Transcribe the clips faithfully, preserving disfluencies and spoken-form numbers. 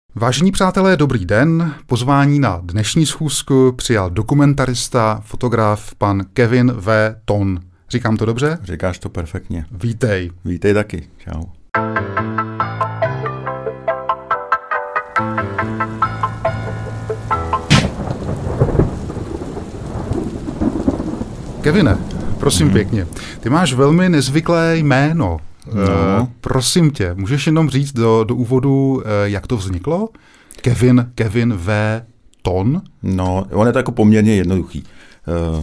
Vážení přátelé, dobrý den. Pozvání na dnešní schůzku přijal dokumentarista, fotograf pan Kevin V. Ton. Říkám to dobře? Říkáš to perfektně. Vítej. Vítej taky. Čau. Kevine, prosím hmm. pěkně, ty máš velmi nezvyklé jméno. No. Uh, prosím tě, můžeš jenom říct do, do úvodu, uh, jak to vzniklo? Kevin, Kevin V. Ton? No, on je to jako poměrně jednoduchý. Uh,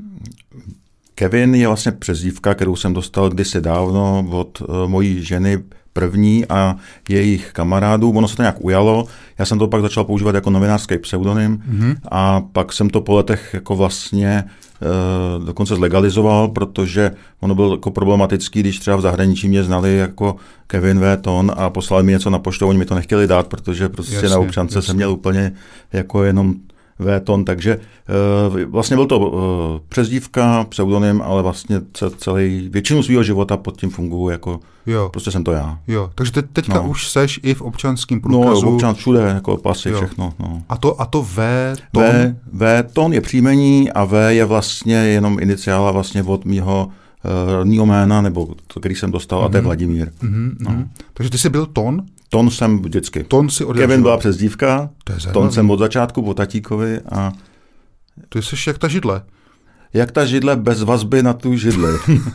Kevin je vlastně přezdívka, kterou jsem dostal kdysi dávno od uh, mojí ženy první a jejich kamarádů. Ono se to nějak ujalo. Já jsem to pak začal používat jako novinářský pseudonym mm-hmm. a pak jsem to po letech jako vlastně uh, dokonce zlegalizoval, protože ono bylo jako problematický, když třeba v zahraničí mě znali jako Kevin V. Ton a poslali mi něco na poštu, oni mi to nechtěli dát, protože prostě jasně, na občance jasně. jsem měl úplně jako jenom V. Ton, takže uh, vlastně byl to uh, přezdívka, pseudonym, ale vlastně celý, většinu svého života pod tím funguji, jako jo. prostě jsem to já. Jo, takže te, teďka no. už seš i v občanském průkazu. No, občan všude, jako pasy, jo. všechno. No. A to, a to V. Ton? V. V. Ton je příjmení a V. je vlastně jenom iniciála vlastně od mýho rodního jména, nebo to, který jsem dostal, mm-hmm. a to je Vladimír. Mm-hmm. No. Takže ty jsi byl Ton? Ton jsem vždycky. Ton si odjažil. Kevin byla přezdívka, Ton jsem od začátku po tatíkovi a... Ty jsi jak ta židle. Jak ta židle bez vazby na tu židli.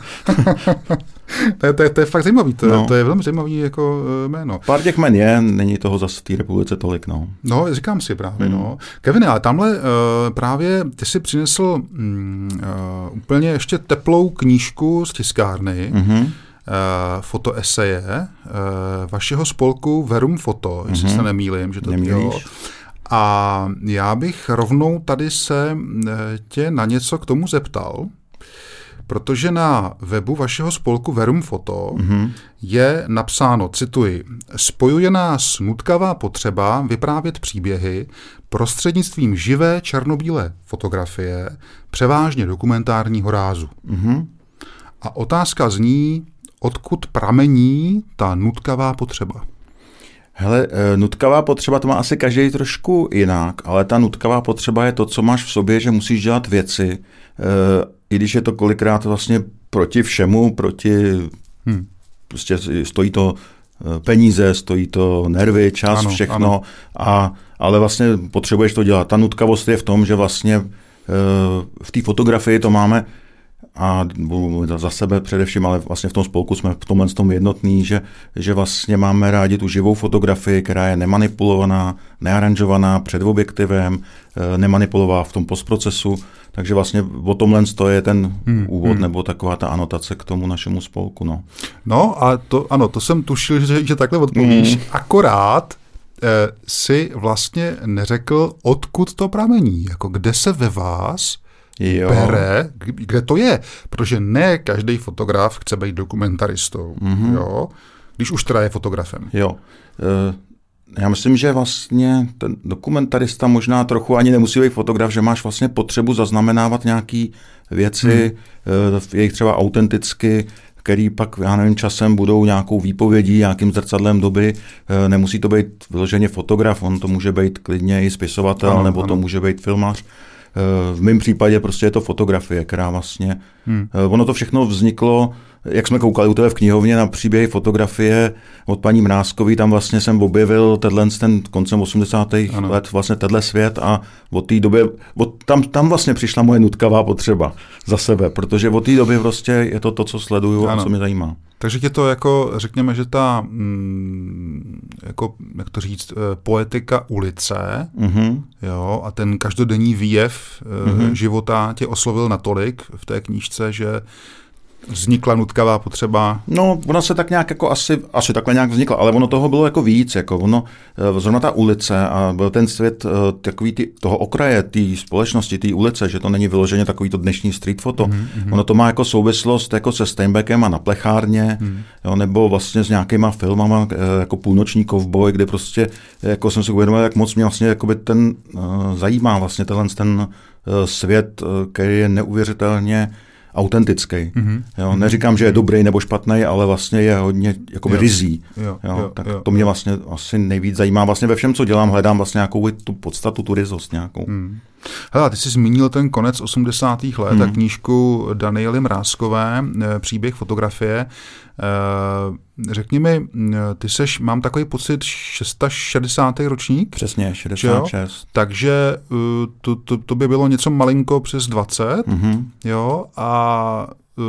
to, je, to, je, to je fakt zajímavý, to, no. to je velmi zajímavý jako jméno. Pár těch jmen je, není toho zase v té republice tolik, no. No, říkám si právě, hmm. no. Kevine, ale tamhle uh, právě ty si přinesl um, uh, úplně ještě teplou knížku z tiskárny, mm-hmm. uh, fotoeseje uh, vašeho spolku Verum Foto, jestli mm-hmm. se nemýlím, že to bylo. A já bych rovnou tady se tě na něco k tomu zeptal, protože na webu vašeho spolku Verum Foto mm-hmm. je napsáno, cituji, spojuje nás nutkavá potřeba vyprávět příběhy prostřednictvím živé černobílé fotografie, převážně dokumentárního rázu. Mm-hmm. A otázka zní, odkud pramení ta nutkavá potřeba? Hele, nutkavá potřeba, to má asi každý trošku jinak, ale ta nutkavá potřeba je to, co máš v sobě, že musíš dělat věci, i když je to kolikrát vlastně proti všemu, proti, hmm. prostě stojí to peníze, stojí to nervy, čas, ano, všechno, ano. A, ale vlastně potřebuješ to dělat. Ta nutkavost je v tom, že vlastně v té fotografii to máme, a za sebe především, ale vlastně v tom spolku jsme v tomhle tom jednotný, že, že vlastně máme rádi tu živou fotografii, která je nemanipulovaná, nearanžovaná před objektivem, nemanipulová v tom postprocesu, takže vlastně o tomhle to je ten hmm, úvod hmm. nebo taková ta anotace k tomu našemu spolku. No, no a to, ano, to jsem tušil, že, že takhle odpovíš, hmm. akorát eh, si vlastně neřekl, odkud to pramení, jako kde se ve vás Jo. bere, kde to je, protože ne každý fotograf chce být dokumentaristou, mm-hmm. jo, když už teda je fotografem. Jo, já myslím, že vlastně ten dokumentarista možná trochu ani nemusí být fotograf, že máš vlastně potřebu zaznamenávat nějaký věci, mm. jejich třeba autenticky, který pak, já nevím, časem budou nějakou výpovědí, nějakým zrcadlem doby. Nemusí to být vyloženě fotograf, on to může být klidně i spisovatel, ano, nebo ano. to může být filmař. V mém případě prostě je to fotografie, která vlastně, hmm. ono to všechno vzniklo, jak jsme koukali u tebe v knihovně na příběhy fotografie od paní Mrázkové, tam vlastně jsem objevil tenhle ten koncem osmdesátých ano. let vlastně tenhle svět a od té doby, od, tam, tam vlastně přišla moje nutkavá potřeba za sebe, protože od té doby prostě je to to, co sleduju ano. a co mě zajímá. Takže tě to jako, řekněme, že ta, mm, jako, jak to říct, poetika ulice, mm-hmm. jo, a ten každodenní výjev mm-hmm. života tě oslovil natolik v té knížce, že vznikla nutkavá potřeba? No, ona se tak nějak jako asi, asi takhle nějak vznikla, ale ono toho bylo jako víc, jako ono, zrovna ta ulice a byl ten svět takový ty, toho okraje, té společnosti, té ulice, že to není vyloženě takový to dnešní street foto. Mm-hmm. Ono to má jako souvislost jako se Steinbeckem a na plechárně, mm. jo, nebo vlastně s nějakýma filmama, jako Půlnoční kovboj, kde prostě, jako jsem si uvědomil, jak moc mě vlastně jakoby ten uh, zajímá vlastně tenhle ten uh, svět, uh, který je neuvěřitelně autentický. Mm-hmm. Jo, neříkám, že je dobrý nebo špatný, ale vlastně je hodně jakoby rizí. Jo, jo, jo, tak jo, to mě jo. vlastně asi nejvíc zajímá. Vlastně ve všem, co dělám, hledám vlastně nějakou tu podstatu, tu rizost nějakou. Hmm. Hele, ty jsi zmínil ten konec osmdesátých let hmm. a knížku Daniely Mrázkové, Příběh fotografie. Řekni mi, ty seš, mám takový pocit, šedesátý ročník? Přesně, šedesát šest. Takže to, to, to by bylo něco malinko přes dvacet, mm-hmm. jo, a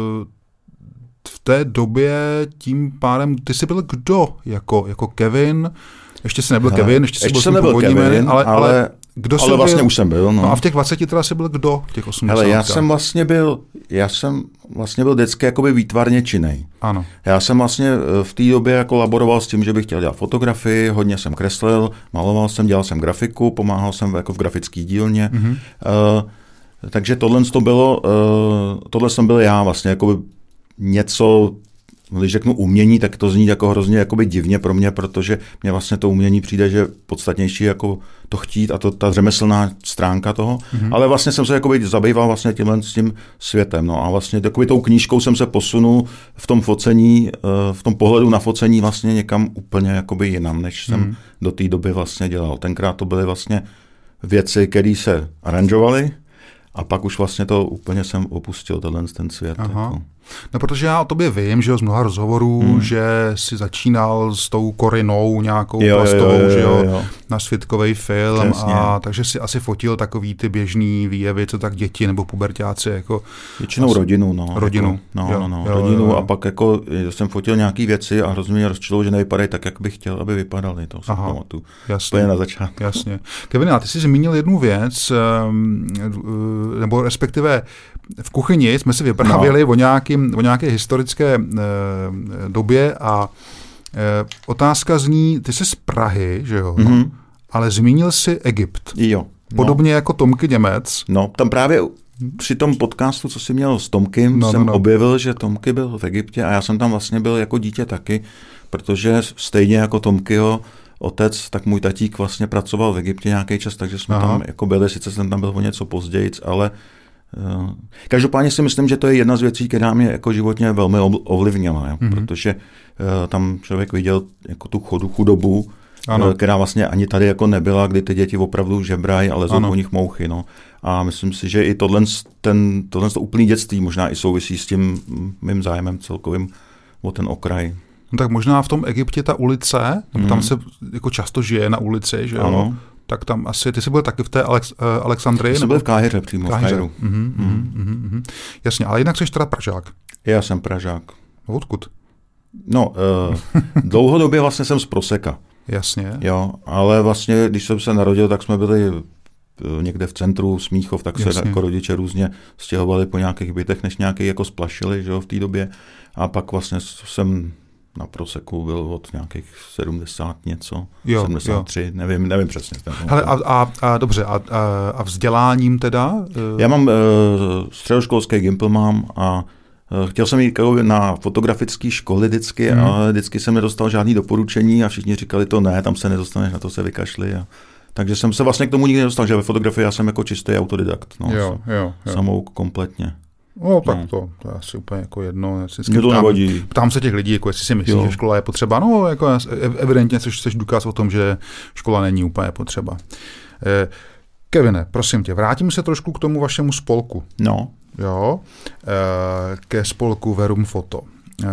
v té době tím pádem, ty jsi byl kdo? Jako, jako Kevin? Ještě jsi nebyl Hele, Kevin, ještě jsi ještě byl nebyl původní Kevin, jmény, ale, ale, ale kdo ale vlastně byl? Už jsem byl. No. no a v těch dvaceti teda jsi byl kdo v těch osmdesátých? Hele, já jsem vlastně byl, já jsem vlastně byl vždycky jakoby výtvarně činnej. Ano. Já jsem vlastně v té době jako laboroval s tím, že bych chtěl dělat fotografii, hodně jsem kreslil, maloval jsem, dělal jsem grafiku, pomáhal jsem jako v grafické dílně. Mm-hmm. Uh, takže tohle to bylo, uh, tohle jsem byl já vlastně, jakoby něco, když řeknu umění, tak to zní jako hrozně jakoby divně pro mě, protože mě vlastně to umění přijde, že podstatnější jako to chtít a to ta řemeslná stránka toho, mm-hmm. ale vlastně jsem se jakoby zabýval vlastně tímhle s tím světem, no a vlastně takový tou knížkou jsem se posunul v tom focení, v tom pohledu na focení vlastně někam úplně jakoby jinam, než jsem mm-hmm. do té doby vlastně dělal. Tenkrát to byly vlastně věci, které se aranžovaly a pak už vlastně to úplně jsem opustil tenhle ten svět. Jako. No, protože já o tobě vím, že jo, z mnoha rozhovorů, hmm. že jsi začínal s tou korinou nějakou jo, plastovou, jo, jo, že jo, jo, jo. na světkový film. Přesně. A takže si asi fotil takový ty běžný výjevy, co tak děti nebo puberťáci jako. Většinou asi, rodinu, no. Rodinu. Jako, no, jo, no, no, jo, rodinu jo, jo. A pak jako jsem fotil nějaký věci a hrozně mě rozčilo, že nevypadají tak, jak bych chtěl, aby vypadaly. To jsem pamatuju. Jasně. Na začátku. Jasně. Kevin, a ty jsi zmínil jednu věc, nebo respektive v kuchyni jsme si vyprávěli no. o, nějakým, o nějaké historické e, době a e, otázka zní, ty jsi z Prahy, že jo, mm-hmm. ale zmínil jsi Egypt. Jo. Podobně no. jako Tomky Němec. No, tam právě při tom podcastu, co jsi měl s Tomkem, no, jsem no, no. objevil, že Tomky byl v Egyptě a já jsem tam vlastně byl jako dítě taky, protože stejně jako Tomkyho otec, tak můj tatík vlastně pracoval v Egyptě nějaký čas, takže jsme Aha. tam jako byli, sice jsem tam byl o něco později, ale uh, každopádně si myslím, že to je jedna z věcí, která mě jako životně velmi ovlivnila, jo, mm-hmm. protože uh, tam člověk viděl jako tu chodu, chudobu, ano. která vlastně ani tady jako nebyla, kdy ty děti opravdu žebrají, ale jsou po nich mouchy. No. A myslím si, že i tohle, ten, tohle to úplný dětství možná i souvisí s tím mým zájmem celkovým o ten okraj. No tak možná v tom Egyptě ta ulice, mm. tam se jako často žije na ulici, že jo? Ano. Tak tam asi, ty jsi byl taky v té Alex, uh, Alexandrii? Já jsem byl v Káhiře přímo, Káhiře. v Kairu. Mm, mm, mm, mm. Jasně, ale jinak jsi teda Pražák. Já jsem Pražák. Odkud? No, uh, dlouhodobě vlastně jsem z Proseka. Jasně. Jo, ale vlastně, když jsem se narodil, tak jsme byli někde v centru Smíchov, tak Jasně. se jako rodiče různě stěhovali po nějakých bytech, než nějaký jako splašili, že jo, v té době. A pak vlastně jsem na Proseku byl od nějakých sedmdesát něco, jo, sedmdesát tři, jo. nevím, nevím přesně. Hele, a, a, a dobře, a, a vzděláním teda? Já mám uh, středoškolský gimpl mám a uh, chtěl jsem jít na fotografické školy vždycky, hmm. ale vždycky jsem nedostal žádný doporučení a všichni říkali to ne, tam se nedostaneš, na to se vykašli. A, takže jsem se vlastně k tomu nikdy nedostal, že ve fotografii já jsem jako čistý autodidakt. No, jo, jo, jo. Samouk kompletně. No tak no. To, to je asi úplně jako jedno. Mě to nevadí. Ptám se těch lidí, jako jestli si myslí, jo. že škola je potřeba. No, jako evidentně jsi, jsi důkaz o tom, že škola není úplně potřeba. Eh, Kevine, prosím tě, vrátím se trošku k tomu vašemu spolku. No. Jo, eh, ke spolku Verum Photo. Eh,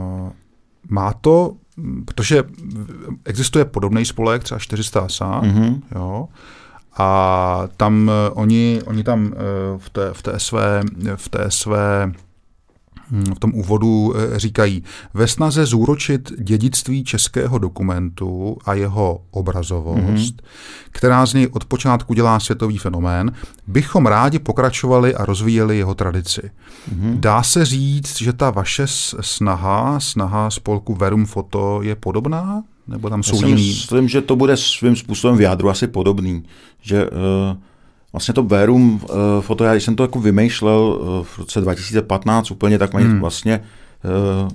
má to, protože existuje podobný spolek, třeba čtyři sta S A, mm-hmm. jo, a tam oni, oni tam v té, v té své, v té své v tom úvodu říkají, ve snaze zúročit dědictví českého dokumentu a jeho obrazovost, mm-hmm. která z něj od počátku dělá světový fenomén, bychom rádi pokračovali a rozvíjeli jeho tradici. Mm-hmm. Dá se říct, že ta vaše snaha, snaha spolku Verum Photo je podobná? Nebo tam jsou Já jiný? Myslím, že to bude svým způsobem v jádru asi podobný. Že uh, vlastně to Verum uh, Photo, já když jsem to jako vymýšlel uh, v roce dva tisíce patnáct úplně, tak hmm. vlastně uh,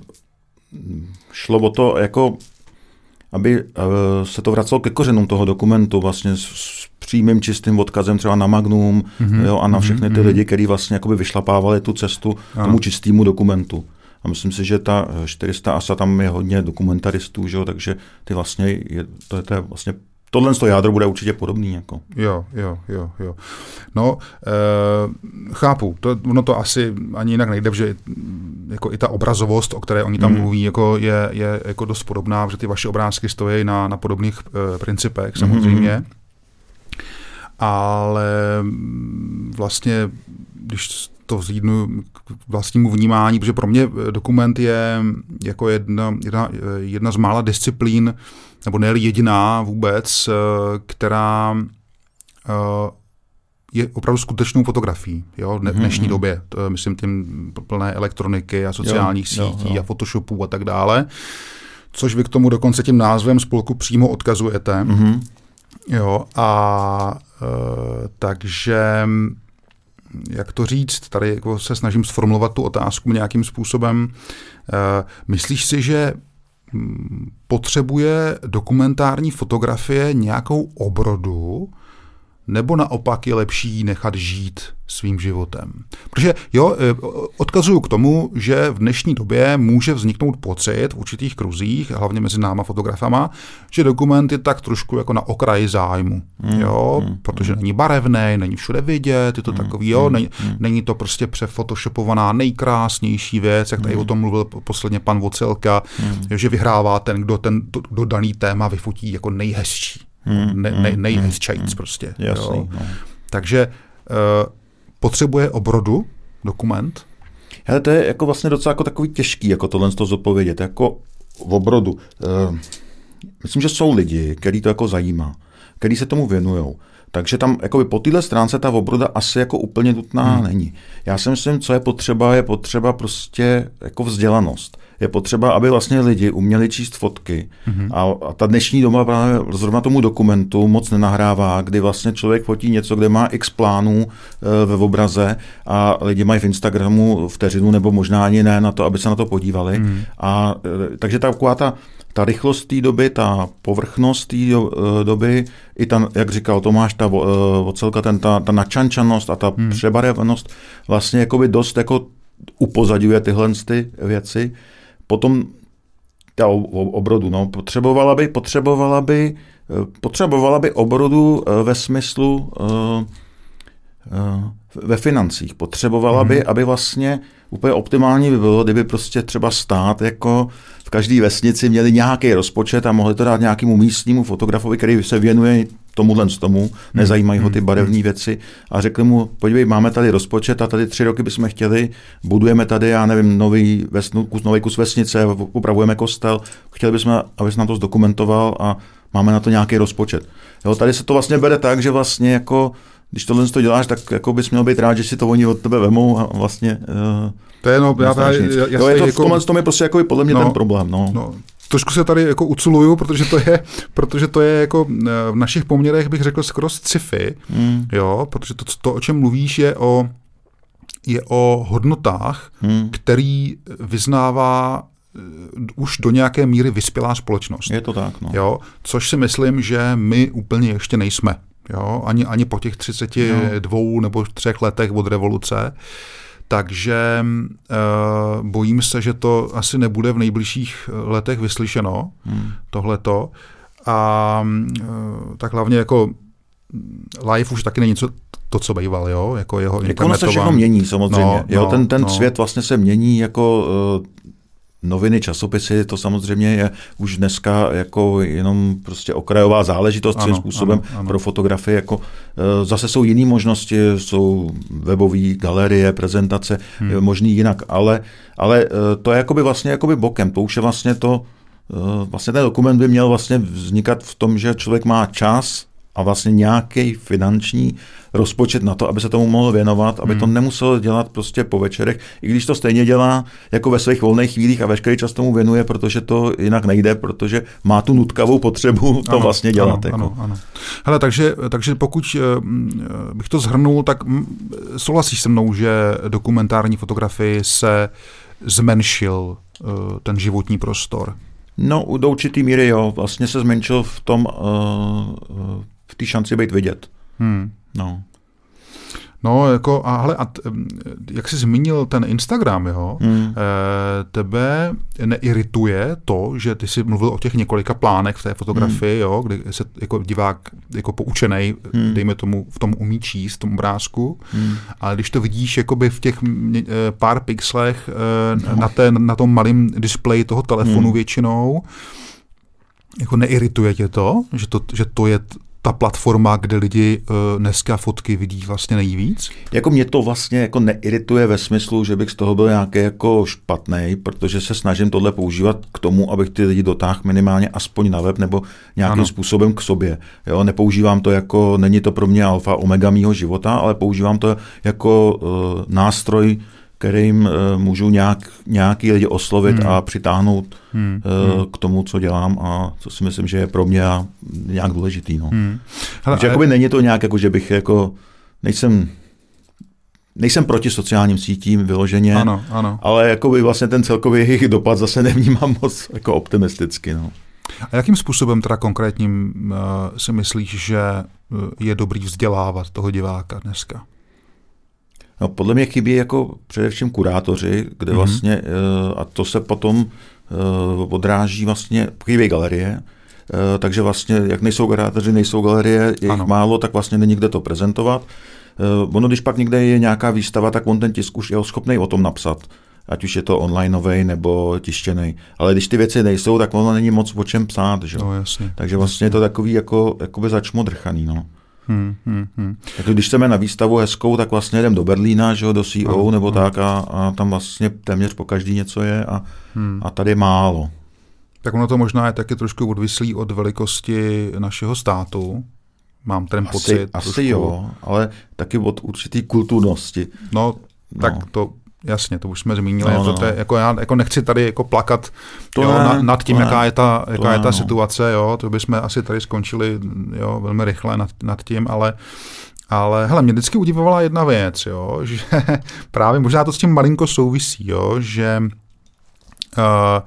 šlo o to, jako, aby uh, se to vracelo ke kořenům toho dokumentu, vlastně s, s přímým čistým odkazem třeba na Magnum mm-hmm. jo, a na všechny ty mm-hmm. lidi, kteří vlastně jakoby vyšlapávali tu cestu ano. tomu čistému dokumentu. A myslím si, že ta čtyři sta asa tam je hodně dokumentaristů, že jo, takže ty vlastně je, to, je, to je vlastně tohle z toho jádro bude určitě podobný. Jako. Jo, jo, jo, jo. No, e, chápu, to, ono to asi ani jinak nejde, že jako i ta obrazovost, o které oni tam mm. mluví, jako je, je jako dost podobná, že ty vaše obrázky stojí na, na podobných e, principech samozřejmě. Mm. Ale vlastně, když to vzhlídnu k vlastnímu vnímání, protože pro mě dokument je jako jedna, jedna, jedna z mála disciplín, nebo ne jediná vůbec, která je opravdu skutečnou fotografií. Jo? V dnešní mm-hmm. době, to myslím tím plné elektroniky a sociálních jo, sítí jo, jo. a Photoshopů a tak dále, což vy k tomu dokonce tím názvem spolku přímo odkazujete. Mm-hmm. Jo, a e, takže, jak to říct, tady jako se snažím sformulovat tu otázku nějakým způsobem. E, myslíš si, že m, potřebuje dokumentární fotografie nějakou obrodu, nebo naopak je lepší nechat žít svým životem? Protože jo, odkazuju k tomu, že v dnešní době může vzniknout pocit v určitých kruzích, hlavně mezi náma fotografama, že dokument je tak trošku jako na okraji zájmu, mm, jo, mm, protože mm. není barevný, není všude vidět, je to mm, takový, jo, není, mm. není to prostě přefotoshopovaná nejkrásnější věc, jak tady mm. o tom mluvil posledně pan Vocelka, mm. že vyhrává ten, kdo ten kdo daný téma vyfotí jako nejhezčí. Hmm, ne, ne, nejhezčajc hmm, prostě. Jasný, jo. No. Takže uh, potřebuje obrodu dokument? Hele, to je jako vlastně docela jako takový těžký, jako tohle to zodpovědět, jako v obrodu. Uh, myslím, že jsou lidi, který to jako zajímá, který se tomu věnujou. Takže tam jakoby po téhle stránce ta obroda asi jako úplně nutná hmm. není. Já si myslím, co je potřeba, je potřeba prostě jako vzdělanost. Je potřeba, aby vlastně lidi uměli číst fotky hmm. a, a ta dnešní doba právě zrovna tomu dokumentu moc nenahrává, kdy vlastně člověk fotí něco, kde má x plánů e, ve obraze a lidi mají v Instagramu vteřinu nebo možná ani ne na to, aby se na to podívali. Hmm. A e, takže taková ta Ta rychlost té doby, ta povrchnost té doby, i ta, jak říkal Tomáš, ta Vocelka, ten, ta, ta načančanost a ta hmm. přebarevnost vlastně jakoby dost jako upozadňuje tyhle ty věci. Potom ta obrodu, no, potřebovala by, potřebovala by, potřebovala by obrodu ve smyslu ve financích. Potřebovala hmm. by, aby vlastně úplně optimální by bylo, kdyby prostě třeba stát jako v každé vesnici měli nějaký rozpočet a mohli to dát nějakému místnímu fotografovi, který se věnuje tomuhle z tomu, nezajímají ho ty barevné věci a řekli mu, podívej, máme tady rozpočet a tady tři roky bychom chtěli, budujeme tady, já nevím, nový, vesnu, kus, nový kus vesnice, upravujeme kostel, chtěli bychom, abys nám to zdokumentoval a máme na to nějaký rozpočet. Jo, tady se to vlastně bere tak, že vlastně jako když tohle to děláš, tak jako bys měl být rád, že si to oni od tebe vemou a vlastně... Uh, to je, no, já tady, jasný, jo, je to, jako, v tomhle tom je prostě jako podle mě no, ten problém, no. no. Trošku se tady jako uculuju, protože to je, protože to je jako v našich poměrech, bych řekl, skoro sci-fi, hmm. jo, protože to, to, o čem mluvíš, je o, je o hodnotách, hmm. který vyznává už do nějaké míry vyspělá společnost. Je to tak, no. Jo, což si myslím, že my úplně ještě nejsme. Jo, ani, ani po těch třiceti dvou nebo třech letech od revoluce. Takže uh, bojím se, že to asi nebude v nejbližších letech vyslyšeno, hmm. tohleto. A uh, tak hlavně jako live už taky není co, to, co býval, jo? Jako jeho internetová... Ono se všechno mění samozřejmě. No, jo, no, ten ten no. svět vlastně se mění jako... Uh, noviny, časopisy, to samozřejmě je už dneska jako jenom prostě okrajová záležitost svým způsobem ano, ano. pro fotografii. Jako, zase jsou jiné možnosti, jsou webové galerie, prezentace, hmm. možný jinak, ale, ale to je jakoby vlastně jakoby bokem. To už je vlastně to, vlastně ten dokument by měl vlastně vznikat v tom, že člověk má čas a vlastně nějaký finanční rozpočet na to, aby se tomu mohl věnovat, aby hmm. to nemuselo dělat prostě po večerech, i když to stejně dělá jako ve svých volných chvílích a veškerý čas tomu věnuje, protože to jinak nejde, protože má tu nutkavou potřebu to ano, vlastně dělat. Ano, jako. ano, ano. Hele, takže, takže pokud bych to shrnul, tak souhlasíš se mnou, že dokumentární fotografii se zmenšil ten životní prostor? No, do určitý míry jo, vlastně se zmenšil v tom, v té šanci být vidět. Hmm. No. No, jako, a, hele, a t, jak jsi zmínil ten Instagram, jo, hmm. e, tebe neirituje to, že ty jsi mluvil o těch několika plánech v té fotografii, hmm. jo, kdy se jako divák jako poučenej, hmm. dejme tomu, v tom umí číst, v tom obrázku, hmm. ale když to vidíš jakoby v těch e, pár pixlech e, no. na, té, na tom malém displeji toho telefonu hmm. většinou, jako neirituje tě to, že to, že to je ta platforma, kde lidi uh, dneska fotky vidí vlastně nejvíc? Jako mě to vlastně jako neirituje ve smyslu, že bych z toho byl nějaký jako špatnej, protože se snažím tohle používat k tomu, abych ty lidi dotáhl minimálně aspoň na web nebo nějakým ano. způsobem k sobě. Jo, nepoužívám to jako, není to pro mě alfa omega mýho života, ale používám to jako uh, nástroj, kterým uh, můžu nějak, nějaký lidi oslovit hmm. a přitáhnout hmm. uh, k tomu, co dělám a co si myslím, že je pro mě nějak důležitý. No. Hmm. Hele, Takže jakoby není to nějak, jako, že bych jako, nejsem, nejsem proti sociálním sítím vyloženě, ano, ano. ale jakoby vlastně ten celkový jejich dopad zase nevnímám moc jako optimisticky. No. A jakým způsobem teda konkrétním uh, si myslíš, že je dobrý vzdělávat toho diváka dneska? No, podle mě chybí jako především kurátoři, kde mm-hmm. vlastně, a to se potom odráží vlastně, chybí galerie, takže vlastně, jak nejsou kurátoři, nejsou galerie, je jich málo, tak vlastně není kde to prezentovat. Ono, když pak někde je nějaká výstava, tak on ten tisk už je schopný o tom napsat, ať už je to onlineovej nebo tištěnej. Ale když ty věci nejsou, tak ono není moc o čem psát. Že? No, jasně. Takže vlastně je to takový jako, jakoby začmodrchaný, no. Hmm, hmm, hmm. Tak když chceme na výstavu hezkou, tak vlastně jdem do Berlína, že jo, do C O no, nebo no. tak a, a tam vlastně téměř po každý něco je a, hmm. a tady málo. Tak ono to možná je taky trošku odvislý od velikosti našeho státu. Mám ten asi, pocit. Asi trošku... jo, ale taky od určitý kulturnosti. No, tak no. to jasně, to už jsme zmínili. No, no. To je, jako já jako nechci tady jako plakat to jo, ne, na, nad tím, jaká ne, je ta, jaká je ta ne, situace. Jo, to bychom asi tady skončili jo, velmi rychle nad, nad tím, ale Ale hele, mě vždycky udivovala jedna věc, jo, že právě možná to s tím malinko souvisí, jo, že uh,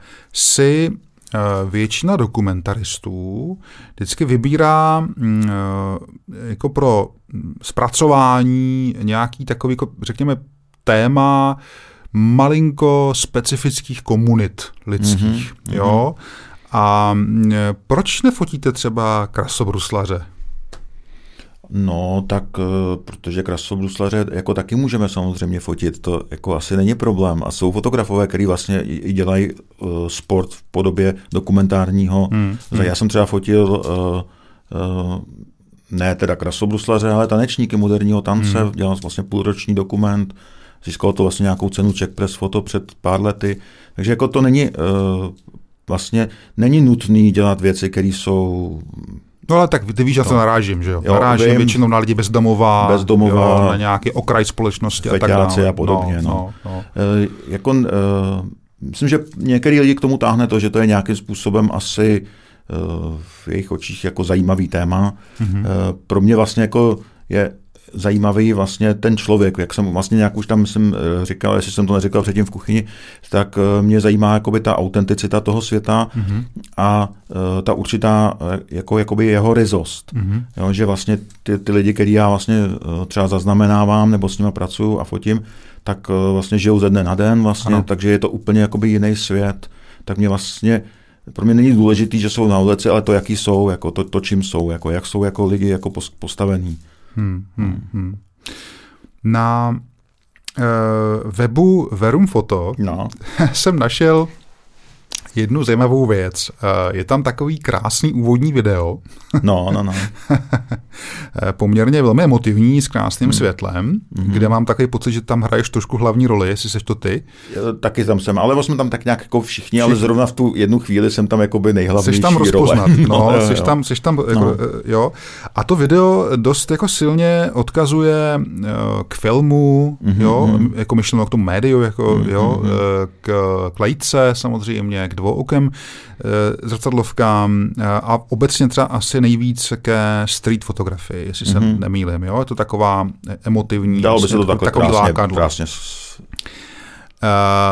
si uh, většina dokumentaristů vždycky vybírá uh, jako pro zpracování nějaký takový, jako, řekněme, téma malinko specifických komunit lidských, mm-hmm. jo. A uh, proč nefotíte třeba krasobruslaře? No, tak protože krasobruslaře jako taky můžeme samozřejmě fotit, to jako asi není problém. A jsou fotografové, kteří vlastně i dělají uh, sport v podobě dokumentárního. Hmm. Já jsem třeba fotil uh, uh, ne teda krasobruslaře, ale tanečníky moderního tance, hmm. dělal vlastně půlroční dokument, získalo to vlastně nějakou cenu Czech Press Photo před pár lety. Takže jako to není uh, vlastně není nutný dělat věci, které jsou... No ale tak ty víš, já to narážím, že jo? jo narážím vím, většinou na lidi bezdomová, bezdomová jo, na nějaký okraj společnosti a tak dále. a podobně. No, no. No, no. E, jako, e, myslím, že některý lidi k tomu táhne to, že to je nějakým způsobem asi e, v jejich očích jako zajímavý téma. Mm-hmm. E, pro mě vlastně jako je zajímavý vlastně ten člověk, jak jsem vlastně nějak už tam myslím, říkal, jestli jsem to neříkal předtím v kuchyni, tak mě zajímá jakoby ta autenticita toho světa mm-hmm. a uh, ta určitá jako, jakoby jeho ryzost. Mm-hmm. Jo, že vlastně ty, ty lidi, který já vlastně uh, třeba zaznamenávám nebo s nimi pracuju a fotím, tak uh, vlastně žijou ze dne na den vlastně, takže je to úplně jakoby jiný svět. Tak mě vlastně pro mě není důležitý, že jsou na ulici, ale to, jaký jsou, jako to, to čím jsou, jako jak jsou jako lidi jako postavení. Hmm, hmm, hmm. Na uh, webu Verum Photo no. jsem našel jednu zajímavou věc. Uh, je tam takový krásný úvodní video. No, no, no. Poměrně velmi emotivní, s krásným hmm. světlem, hmm. kde mám takový pocit, že tam hraješ trošku hlavní roli, jestli seš to ty. Já, taky tam jsem, ale jsme tam tak nějak jako všichni, všichni, ale zrovna v tu jednu chvíli jsem tam jakoby nejhlavnější role. Seš tam rozpoznat, role. no, no seš tam, seš tam jako, no. jo. A to video dost jako silně odkazuje k filmu, mm-hmm. jo, jako myšleno k tomu médiu, jako, mm-hmm. jo, k, k lejtce samozřejmě, k dvouokem zrcadlovkám a obecně třeba asi nejvíc ke street fotografii, jestli se mm-hmm. nemýlím. Jo? Je to taková emotivní, dalo by se to takhle takový krásně, lákadlo. Krásně. Uh,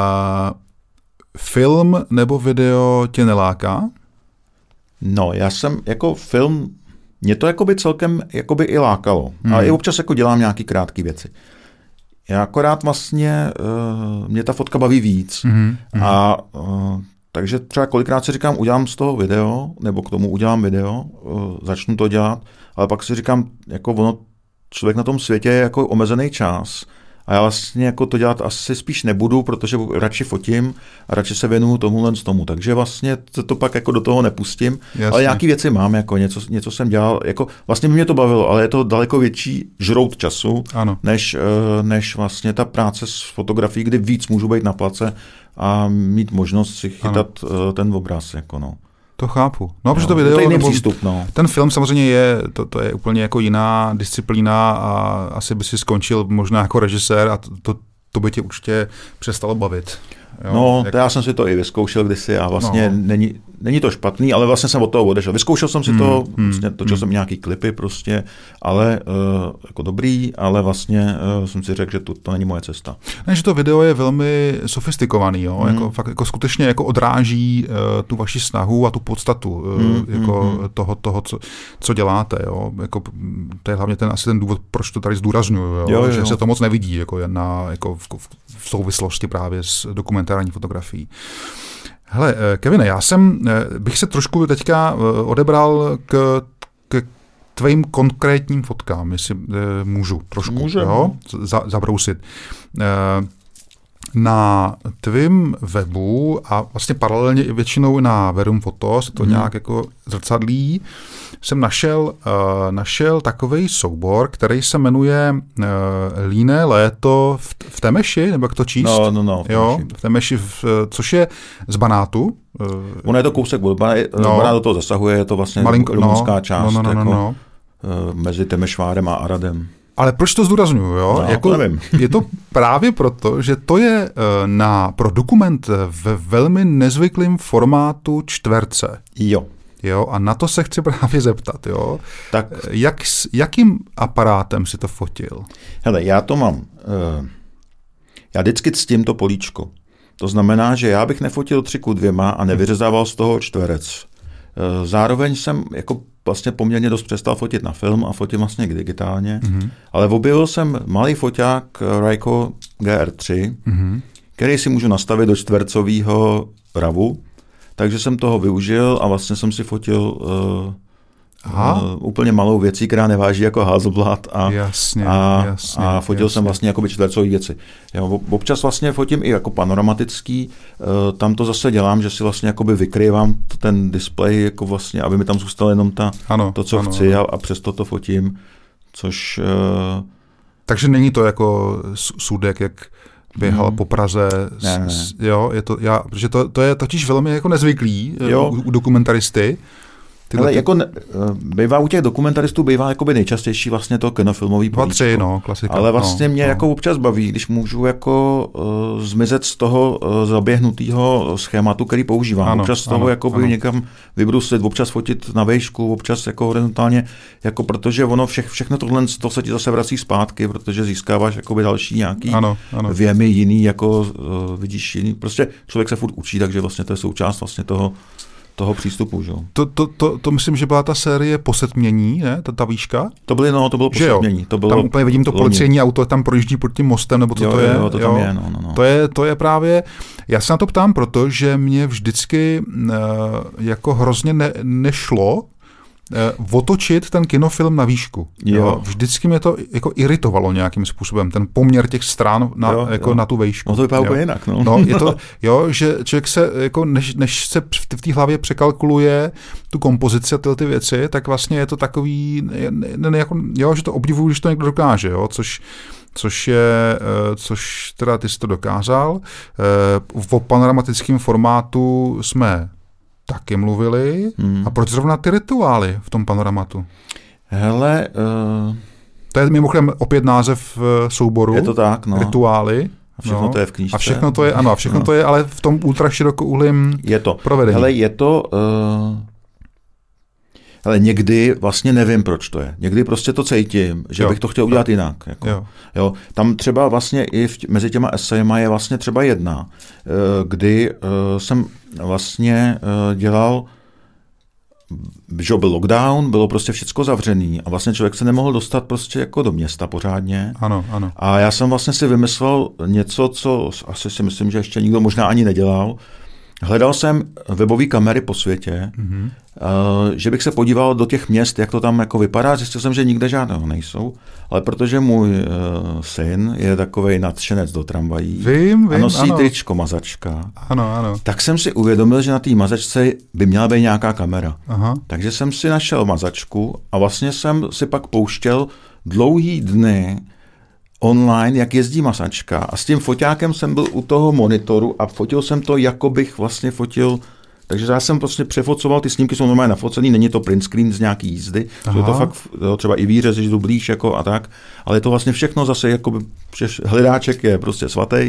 film nebo video tě neláká? No, já jsem jako film mě to jakoby celkem jakoby i lákalo. Hmm. Ale i občas jako dělám nějaký krátké věci. Já akorát vlastně, uh, mě ta fotka baví víc. Hmm. A uh, takže třeba kolikrát si říkám, udělám z toho video, nebo k tomu udělám video, uh, začnu to dělat, ale pak si říkám, jako ono, člověk na tom světě je jako omezený čas a já vlastně jako to dělat asi spíš nebudu, protože radši fotím a radši se věnuju tomuhle z tomu. Takže vlastně to, to pak jako do toho nepustím. Jasně. Ale nějaký věci mám, jako něco, něco jsem dělal, jako vlastně mě to bavilo, ale je to daleko větší žrout času, než, než vlastně ta práce s fotografií, kdy víc můžu být na place a mít možnost si chytat ano. ten obraz. Jako no. To chápu. No, protože to video, to nebo přístup, no. ten film samozřejmě je, to, to je úplně jako jiná disciplína a asi by si skončil možná jako režisér a to, to, to by tě určitě přestalo bavit. Jo, no, jak... to já jsem si to i vyzkoušel kdysi a vlastně no. není, není to špatný, ale vlastně jsem od toho odešel. Vyzkoušel jsem si hmm, to, hmm, vlastně točil hmm. jsem nějaký klipy prostě, ale uh, jako dobrý, ale vlastně uh, jsem si řekl, že to, to není moje cesta. Ne, že to video je velmi sofistikovaný, jo? Hmm. Jako, fakt, jako skutečně jako odráží uh, tu vaši snahu a tu podstatu uh, hmm, jako hmm. toho, toho co, co děláte. Jo? Jako, to je hlavně ten, asi ten důvod, proč to tady zdůrazňuju, jo? Jo, jo, že jo. se to moc nevidí jako, na, jako v, v souvislosti právě s dokumentární fotografií. Hele, Kevine, já jsem, bych se trošku teďka odebral k, k tvým konkrétním fotkám, jestli můžu trošku jo, za, zabrousit. Na tvým webu a vlastně paralelně i většinou na Verum Photo se to hmm. nějak jako zrcadlí, jsem našel, uh, našel takovej soubor, který se jmenuje uh, Líné léto v, v Temeši, nebo jak to číst? No, no, no. V jo, v Temeši, v, což je z Banátu. Uh, ono je to kousek, no, Banát do toho zasahuje, je to vlastně malinko, rumunská no, část no, no, no, no, no. Jako, uh, mezi Temešvárem a Aradem. Ale proč to zdůrazňuju? Jo? No, jako, to nevím. Je to právě proto, že to je na, pro dokument ve velmi nezvyklém formátu čtverce. Jo. Jo, a na to se chci právě zeptat. Jo? Tak. Jak, jakým aparátem si to fotil? Hele, já to mám. Uh, já vždycky ctím to políčko. To znamená, že já bych nefotil tři ku dvěma a nevyřezával z toho čtverec. Uh, zároveň jsem jako vlastně poměrně dost přestal fotit na film a fotím vlastně digitálně, mm-hmm. ale objevil jsem malý foťák Ricoh G R tři, mm-hmm. který si můžu nastavit do čtvercového ravu, takže jsem toho využil a vlastně jsem si fotil uh, uh, úplně malou věcí, která neváží jako Hasselblad a, jasně, a, jasně, a fotil jasně. jsem vlastně jakoby čtvercové věci. Jo, občas vlastně fotím i jako panoramatický, uh, tam to zase dělám, že si vlastně jakoby vykryvám ten displej, jako vlastně, aby mi tam zůstalo jenom ta, ano, to, co ano, chci ano. A, a přesto to fotím, což... Uh, Takže není to jako Sudek, jak běhal hmm. po Praze, ne, ne. S, jo, je to, já, protože to, to je totiž velmi jako nezvyklý u, u dokumentaristy. Ale ty... jako ne, bývá u těch dokumentaristů bývá jakoby nejčastější vlastně to kinofilmový políčko. Dva, tři, no, klasika. Ale vlastně no, mě no. jako občas baví, když můžu jako uh, zmizet z toho uh, zaběhnutého schématu, který používám. Ano, občas z toho ano, jakoby ano. někam vybrusit, občas fotit na vejšku, občas jako horizontálně, jako protože ono vše, všechno tohle to se ti zase vrací zpátky, protože získáváš jakoby další nějaký ano, ano. věmy jiný, jako uh, vidíš jiný. Prostě člověk se furt učí, takže vlastně to je součást vlastně toho toho přístupu, že jo. To, to, to, to myslím, že byla ta série Posetmění, ne? Ta, ta výška? To byly, no, to bylo Posetmění. To bylo tam úplně vidím to loni. Policejní auto, tam projíždí pod tím mostem, nebo co jo, to je? Jo, to tam jo. je, no, no, no. To je, to je právě, já se na to ptám, protože mě vždycky uh, jako hrozně ne, nešlo uh, otočit ten kinofilm na výšku. Jo. Jo. Vždycky mě to jako iritovalo nějakým způsobem, ten poměr těch stran na, jo, jako jo. na tu výšku. No to vypadá úplně jinak. No. no, je to, jo, že člověk se, jako než, než se v té hlavě překalkuluje tu kompozici a tyhle ty věci, tak vlastně je to takový, ne, ne, jako, jo, že to obdivuju, když to někdo dokáže, jo, což což je, což teda ty jsi to dokázal. O panoramatickém formátu jsme taky mluvili. Hmm. A proč zrovna ty rituály v tom panoramatu? Hele... Uh... To je mimochodem opět název souboru. Je to tak, no. Rituály. A všechno no. to je v knížce. A všechno to je, ano, a všechno no. to je, ale v tom ultraširokouhlým je to. provedení. Hele, je to... Uh... Ale někdy vlastně nevím, proč to je. Někdy prostě to cítím, že jo. bych to chtěl udělat jinak. Jako. Jo. Jo. Tam třeba vlastně i v, mezi těma esejema je vlastně třeba jedna, kdy uh, jsem vlastně uh, dělal že byl lockdown, bylo prostě všecko zavřený a vlastně člověk se nemohl dostat prostě jako do města pořádně. Ano, ano. A já jsem vlastně si vymyslel něco, co asi si myslím, že ještě nikdo možná ani nedělal. Hledal jsem webové kamery po světě, mm-hmm. že bych se podíval do těch měst, jak to tam jako vypadá. Zjistil jsem, že nikde žádného nejsou, ale protože můj uh, syn je takovej nadšenec do tramvají vím, vím, a nosí ano. tričko mazačka, ano, ano. tak jsem si uvědomil, že na té mazačce by měla být nějaká kamera. Aha. Takže jsem si našel mazačku a vlastně jsem si pak pouštěl dlouhý dny online, jak jezdí masačka a s tím foťákem jsem byl u toho monitoru a fotil jsem to, jako bych vlastně fotil, takže já jsem prostě přefocoval, ty snímky jsou normálně nafocený, není to print screen z nějaký jízdy, je to fakt jo, třeba i výřez, když jdu blíž jako a tak, ale je to vlastně všechno zase, jako hledáček je prostě svatý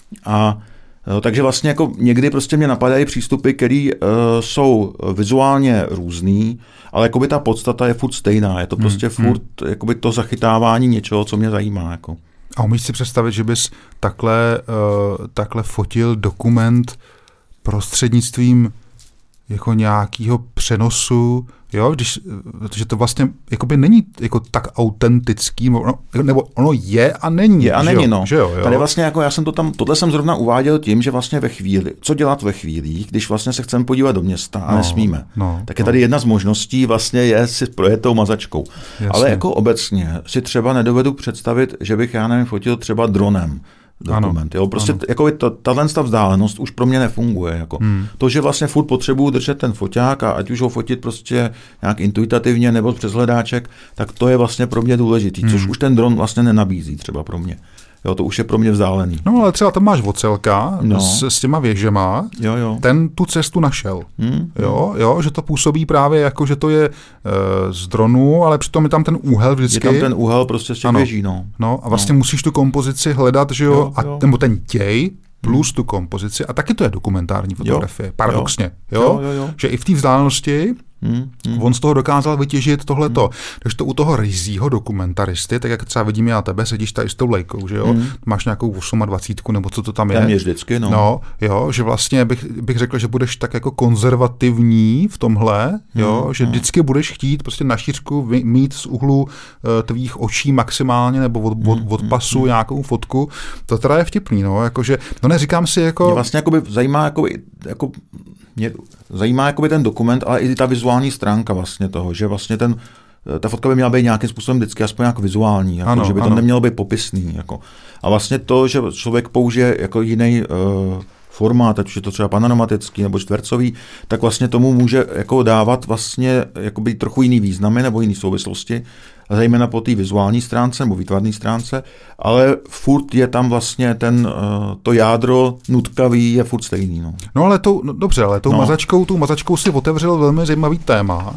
a jo, takže vlastně jako někdy prostě mě napadají přístupy, které uh, jsou vizuálně různý, ale jakoby ta podstata je furt stejná. Je to prostě hmm, furt hmm. jakoby to zachytávání něčeho, co mě zajímá. Jako. A umíš si představit, že bys takhle, uh, takhle fotil dokument prostřednictvím jako nějakého přenosu, jo, když, protože to vlastně jakoby není jako tak autentický, nebo, nebo ono je a není. Je a že není, jo, no. Že jo, jo. Tady vlastně jako já jsem to tam, tohle jsem zrovna uváděl tím, že vlastně ve chvíli, co dělat ve chvílích, když vlastně se chceme podívat do města a no, nesmíme. No, tak je tady no. jedna z možností vlastně je si projet tou mazačkou. Jasně. Ale jako obecně si třeba nedovedu představit, že bych já nevím, fotil třeba dronem. Dokument. Jo? Prostě jako tahle vzdálenost už pro mě nefunguje. Jako. Hmm. To, že vlastně furt potřebuju držet ten foťák a ať už ho fotit prostě nějak intuitivně nebo přes hledáček, tak to je vlastně pro mě důležitý, hmm. což už ten dron vlastně nenabízí třeba pro mě. Jo, to už je pro mě vzdálený. No ale třeba tam máš vocelka no. s, s těma věžema, jo, jo. ten tu cestu našel. Hmm. Jo, jo, že to působí právě jako, že to je e, z dronu, ale přitom je tam ten úhel vždycky. Je tam ten úhel prostě z těch věží, no. No a vlastně no. musíš tu kompozici hledat, že jo, jo, a, jo. nebo ten děj plus tu kompozici a taky to je dokumentární fotografie, jo. paradoxně. Jo. Jo? Jo, jo, jo. Že i v té vzdálenosti Hmm, hmm. on z toho dokázal vytěžit tohleto. Hmm. Takže to u toho ryzího dokumentaristy, tak jak třeba vidím já tebe, sedíš tady s tou lejkou, že jo? Hmm. Máš nějakou dvacet osm nebo co to tam je. Tam je vždycky, no. No, jo, že vlastně bych, bych řekl, že budeš tak jako konzervativní v tomhle, jo, hmm. že vždycky budeš chtít prostě na šířku mít z úhlu uh, tvých očí maximálně nebo od, od, od pasu hmm. nějakou fotku. To teda je vtipný, no, jakože, no neříkám si jako... Mě vlastně jakoby zajímá jako, jako mě zajímá jakoby ten dokument, ale i ta vizuální stránka vlastně toho, že vlastně ten, ta fotka by měla být nějakým způsobem vždycky aspoň nějak vizuální, jako, ano, že by to ano. nemělo být popisný. Jako. A vlastně to, že člověk použije jako jiný uh, formát, ať už je to třeba panoramatický nebo čtvercový, tak vlastně tomu může jako dávat vlastně jakoby trochu jiný významy nebo jiný souvislosti, zejména po té vizuální stránce nebo výtvarné stránce, ale furt je tam vlastně ten, to jádro nutkavý je furt stejný. No, no ale tou, no, dobře, ale tou no. mazačkou, tou mazačkou si otevřel velmi zajímavý téma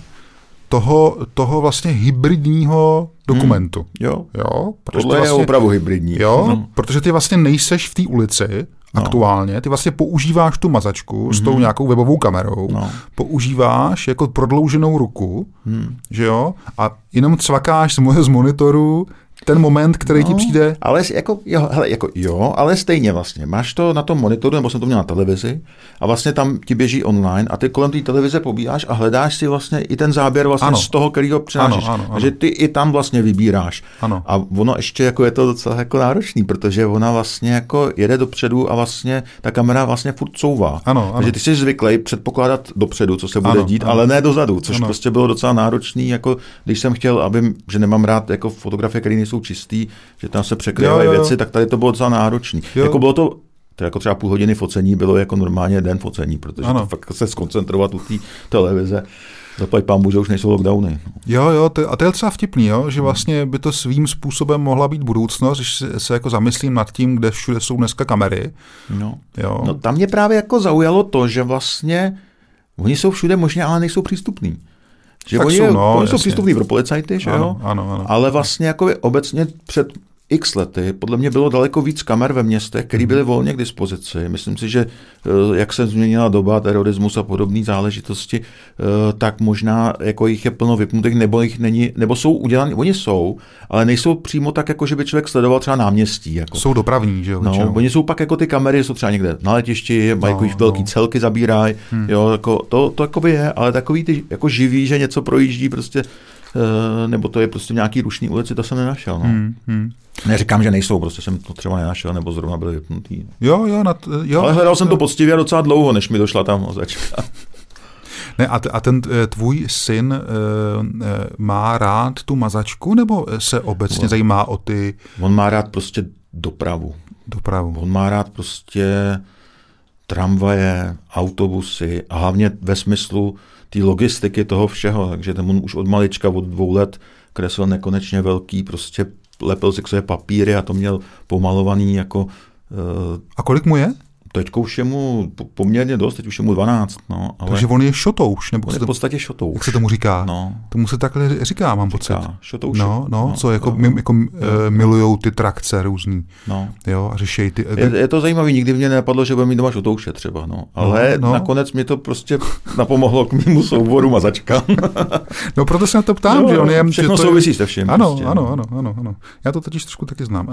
toho, toho vlastně hybridního dokumentu. Hmm. Jo, jo tohle vlastně, je opravdu hybridní. Jo, no. protože ty vlastně nejseš v té ulici no. aktuálně, ty vlastně používáš tu mazačku mm-hmm. s tou nějakou webovou kamerou, no. používáš jako prodlouženou ruku, hmm. že jo, a jenom cvakáš z, z monitoru ten moment, který no, ti přijde. Ale jako jo, hele, jako jo, ale stejně vlastně. Máš to na tom monitoru, nebo jsem to měl na televizi, a vlastně tam ti běží online a ty kolem té televize pobíháš a hledáš si vlastně i ten záběr vlastně ano. z toho, který ho přinášíš. Ano, ano, ano. Takže ty i tam vlastně vybíráš. Ano. A ono ještě jako je to docela jako náročný, protože ona vlastně jako jede dopředu a vlastně ta kamera vlastně furt couvá. Ano, ano. Takže ty jsi zvyklý předpokládat dopředu, co se bude ano, dít, ano. ale ne dozadu, což ano. prostě bylo docela náročný, jako když jsem chtěl, aby, že nemám rád jako fotografie, které nejsou čistý, že tam se překrývají věci, tak tady to bylo docela náročný. Jo. Jako bylo to, to jako třeba půl hodiny focení bylo jako normálně den focení, protože ano. to fakt se skoncentrovat u té televize. Zaplať pánbůh, že už nejsou lockdowny. Jo, jo, to, a to je docela vtipný, jo, že vlastně by to svým způsobem mohla být budoucnost, když se, se jako zamyslím nad tím, kde všude jsou dneska kamery. No. Jo. no tam mě právě jako zaujalo to, že vlastně oni jsou všude možně, ale nejsou přístupní. Že oni, jsou, no, oni jsou přístupní pro policajty, že ano, jo? Ano, ano. Ale vlastně jako obecně před x lety podle mě bylo daleko víc kamer ve městech, které byly volně k dispozici. Myslím si, že jak se změnila doba, terorismus a podobné záležitosti, tak možná jako jich je plno vypnutých, nebo jich není, nebo jsou udělané, oni jsou, ale nejsou přímo tak, jako že by člověk sledoval třeba náměstí. Jako. Jsou dopravní, že jo? No, oni jsou pak jako ty kamery, jsou třeba někde na letišti, mají no, jako velký no. celky zabírají, hmm. jo, jako to, to jako by je, ale takový ty jako živý, že něco projíždí prostě, nebo to je prostě v nějaký rušný ulici, to jsem nenašel. No. Hmm, hmm. Neříkám, že nejsou, prostě jsem to třeba nenašel, nebo zrovna byly vypnutý. Jo, jo, na, jo. Ale hledal jsem to poctivě docela dlouho, než mi došla tam označka. Ne, a, t- a ten tvůj syn e, e, má rád tu mazačku, nebo se obecně on, zajímá o ty... On má rád prostě dopravu. Dopravu. On má rád prostě tramvaje, autobusy a hlavně ve smyslu té logistiky toho všeho, takže ten on už od malička, od dvou let kreslil nekonečně velký, prostě lepil si k sobě papíry a to měl pomalovaný jako... Uh, a kolik mu je? Teďko už je mu poměrně dost, teď už je mu dvanáct. No, ale takže on je šotouš? Nebo on je v podstatě šotouš. Jak se tomu říká? No. Tomu se takhle říká, mám říká, pocit. Šotouš. No, no, no, co jako, no, jako no, milujou ty trakce různý. No. Jo, a řešejí ty... Je, je to zajímavý, nikdy mě nenapadlo, že bude mít doma šotouše třeba, no. Ale no, no. nakonec mě to prostě napomohlo k mému souboru mazačka. No proto se na to ptám, no, že on je... Všechno že to souvisí se vším. Ano, prostě, ano, no. ano, ano, ano. Já to totiž trošku taky znám.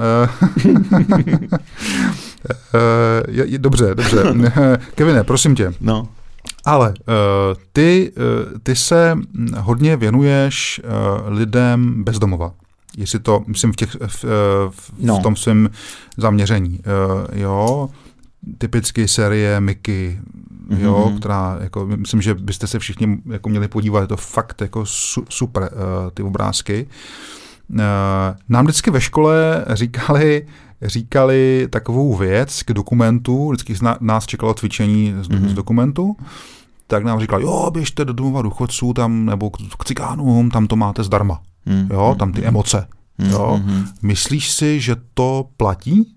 je, je, dobře, dobře. Kevine, prosím tě. No. Ale uh, ty, uh, ty se hodně věnuješ uh, lidem bezdomova. Jestli to, myslím, v, těch, v, v, no. v tom svém zaměření. Uh, jo, typicky série Mickey, mm-hmm. jo, která, jako, myslím, že byste se všichni jako měli podívat, je to fakt jako su, super, uh, ty obrázky. Uh, nám vždycky ve škole říkali, říkali takovou věc k dokumentu, vždycky nás čekalo cvičení z, mm-hmm. z dokumentu, tak nám říkali, jo, běžte do domova důchodců tam, nebo k cikánům, tam to máte zdarma. Mm-hmm. Jo, tam ty emoce. Jo. Mm-hmm. Myslíš si, že to platí?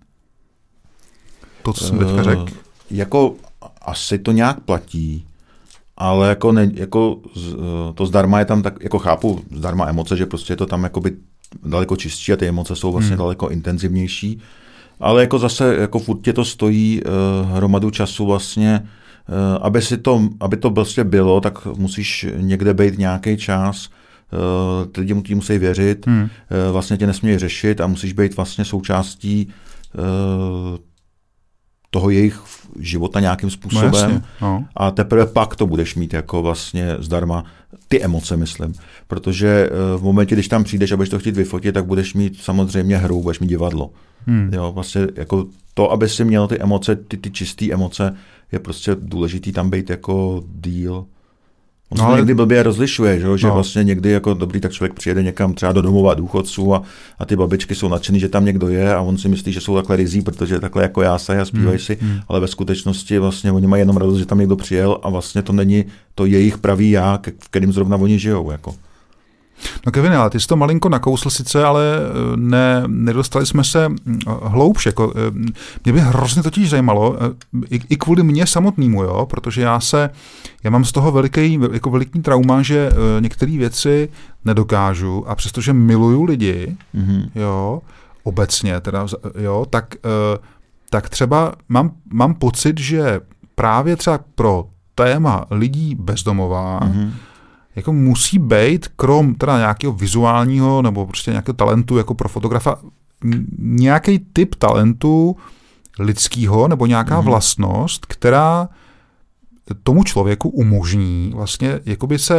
To, co jsem teďka řekl? Uh, jako asi to nějak platí, ale jako, ne, jako to zdarma je tam tak, jako chápu zdarma emoce, že prostě je to tam jakoby daleko čistší a ty emoce jsou vlastně hmm. daleko intenzivnější, ale jako zase jako furt tě to stojí uh, hromadu času vlastně, uh, aby si to, aby to vlastně bylo, tak musíš někde být nějaký čas, uh, ty lidi mu tím musí věřit, hmm. uh, vlastně tě nesmějí řešit a musíš být vlastně součástí uh, toho jejich života nějakým způsobem. No jasně, no. A teprve pak to budeš mít jako vlastně zdarma ty emoce, myslím. Protože v momentě, když tam přijdeš a budeš to chtít vyfotit, tak budeš mít samozřejmě hru, budeš mít divadlo. Hmm. Jo, vlastně jako to, aby si měl ty emoce, ty, ty čisté emoce, je prostě důležitý tam být jako díl. On no, se ale... někdy blbě rozlišuje, že, no. že vlastně někdy jako dobrý, tak člověk přijede někam třeba do domova důchodců a, a ty babičky jsou nadšený, že tam někdo je a on si myslí, že jsou takhle rizí, protože takhle jako jásají a zpívají si, hmm. ale ve skutečnosti vlastně oni mají jenom radost, že tam někdo přijel a vlastně to není to jejich pravý já, v kterým zrovna oni žijou. Jako. No Kevine, ale ty jsi to malinko nakousl sice, ale ne, nedostali jsme se hloubš. Jako, mě by hrozně totiž zajímalo, i, i kvůli mně samotnému, jo, protože já se, já mám z toho veliký, jako veliký trauma, že některé věci nedokážu a přestože miluju lidi, mm-hmm. jo, obecně teda, jo, tak, tak třeba mám, mám pocit, že právě třeba pro téma lidí bezdomová, mm-hmm. jako musí být, krom teda nějakého vizuálního nebo prostě nějakého talentu jako pro fotografa, nějaký typ talentu lidského nebo nějaká mm-hmm. vlastnost, která tomu člověku umožní vlastně jakoby se,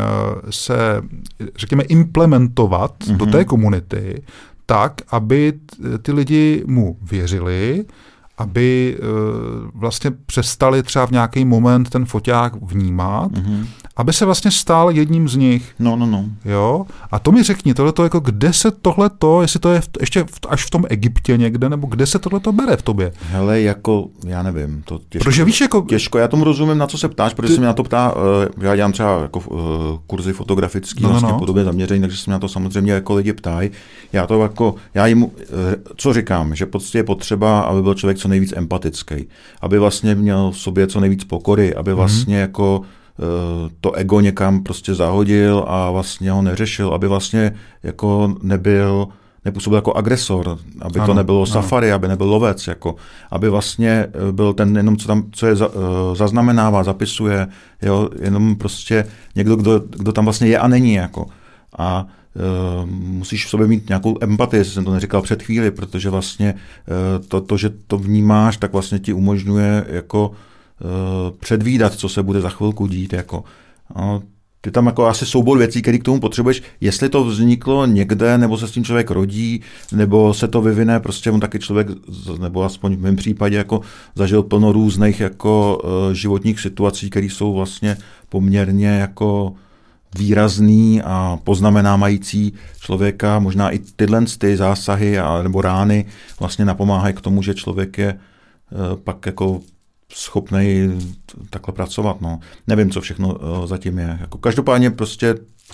se řekněme, implementovat mm-hmm. do té komunity tak, aby ty lidi mu věřili, aby vlastně přestali třeba v nějaký moment ten foťák vnímat, mm-hmm. aby se vlastně stal jedním z nich. No, no, no. Jo? A to mi řekni, tohleto, jako kde se tohleto, jestli to je v, ještě v, až v tom Egyptě někde, nebo kde se tohleto bere v tobě? Hele, jako, já nevím. To těžko, protože víš, jako... těžko, já tomu rozumím, na co se ptáš, protože ty... se mě na to ptá, uh, já dělám třeba jako, uh, kurzy fotografický, no, vlastně no. podobně zaměření, takže se mě na to samozřejmě jako lidi ptají. Já to jako, já jim, uh, co říkám, že prostě je potřeba, aby byl člověk co nejvíc empatický, aby vlastně měl v sobě co nejvíc pokory, aby vlastně mm-hmm. jako to ego někam prostě zahodil a vlastně ho neřešil, aby vlastně jako nebyl, nepůsobil jako agresor, aby ano, to nebylo ano. safari, aby nebyl lovec, jako, aby vlastně byl ten jenom, co tam, co je za, uh, zaznamenává, zapisuje, jo, jenom prostě někdo, kdo, kdo tam vlastně je a není, jako. A uh, musíš v sobě mít nějakou empatii, jestli jsem to neříkal před chvíli, protože vlastně uh, to, to, že to vnímáš, tak vlastně ti umožňuje jako uh, předvídat, co se bude za chvilku dít, jako. No, ty tam jako asi soubor věcí, který k tomu potřebuješ, jestli to vzniklo někde, nebo se s tím člověk rodí, nebo se to vyvine, prostě on taky člověk, nebo aspoň v mém případě, jako zažil plno různých jako uh, životních situací, které jsou vlastně poměrně jako výrazný a poznamenávající člověka, možná i tyhle ty zásahy a, nebo rány vlastně napomáhají k tomu, že člověk je uh, pak jako schopnej takhle pracovat. No. Nevím, co všechno uh, zatím je. Jako každopádně prostě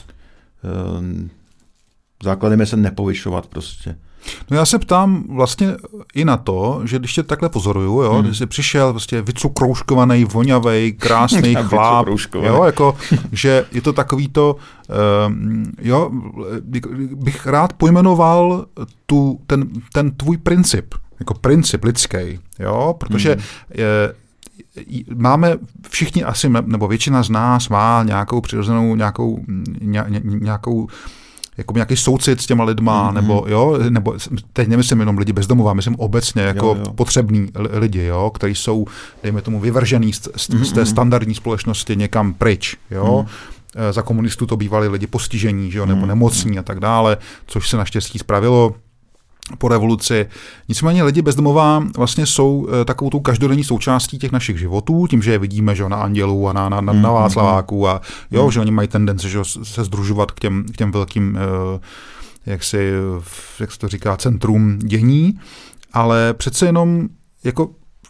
uh, základem je se nepovyšovat prostě. No já se ptám vlastně i na to, že když tě takhle pozoruju, jo, hmm. když jsi přišel prostě vycukrouškovaný, vonavej, krásný chláp, jo, jako, že je to takový to, uh, jo, bych rád pojmenoval tu, ten, ten tvůj princip, jako princip lidský, jo, protože hmm. je, máme všichni asi, nebo většina z nás má nějakou přirozenou, nějakou, ně, ně, nějakou jako nějaký soucit s těma lidma, mm-hmm. nebo jo, nebo teď nemyslím jenom lidi bezdomová, myslím obecně jako jo, jo. potřební lidi, jo, kteří jsou, dejme tomu, vyvržený z, z, mm-hmm. z té standardní společnosti někam pryč, jo. Mm. Za komunistů to bývali lidi postižení, že jo, nebo mm. nemocní a tak dále, což se naštěstí spravilo po revoluci. Nicméně lidi bezdomová vlastně jsou takovou tou každodenní součástí těch našich životů, tím, že je vidíme, že na Andělu a na, na, na Václaváku a jo, mm. že oni mají tendenci, že se sdružovat k těm, k těm velkým, jak si, jak se to říká, centrum dění, ale přece jenom jako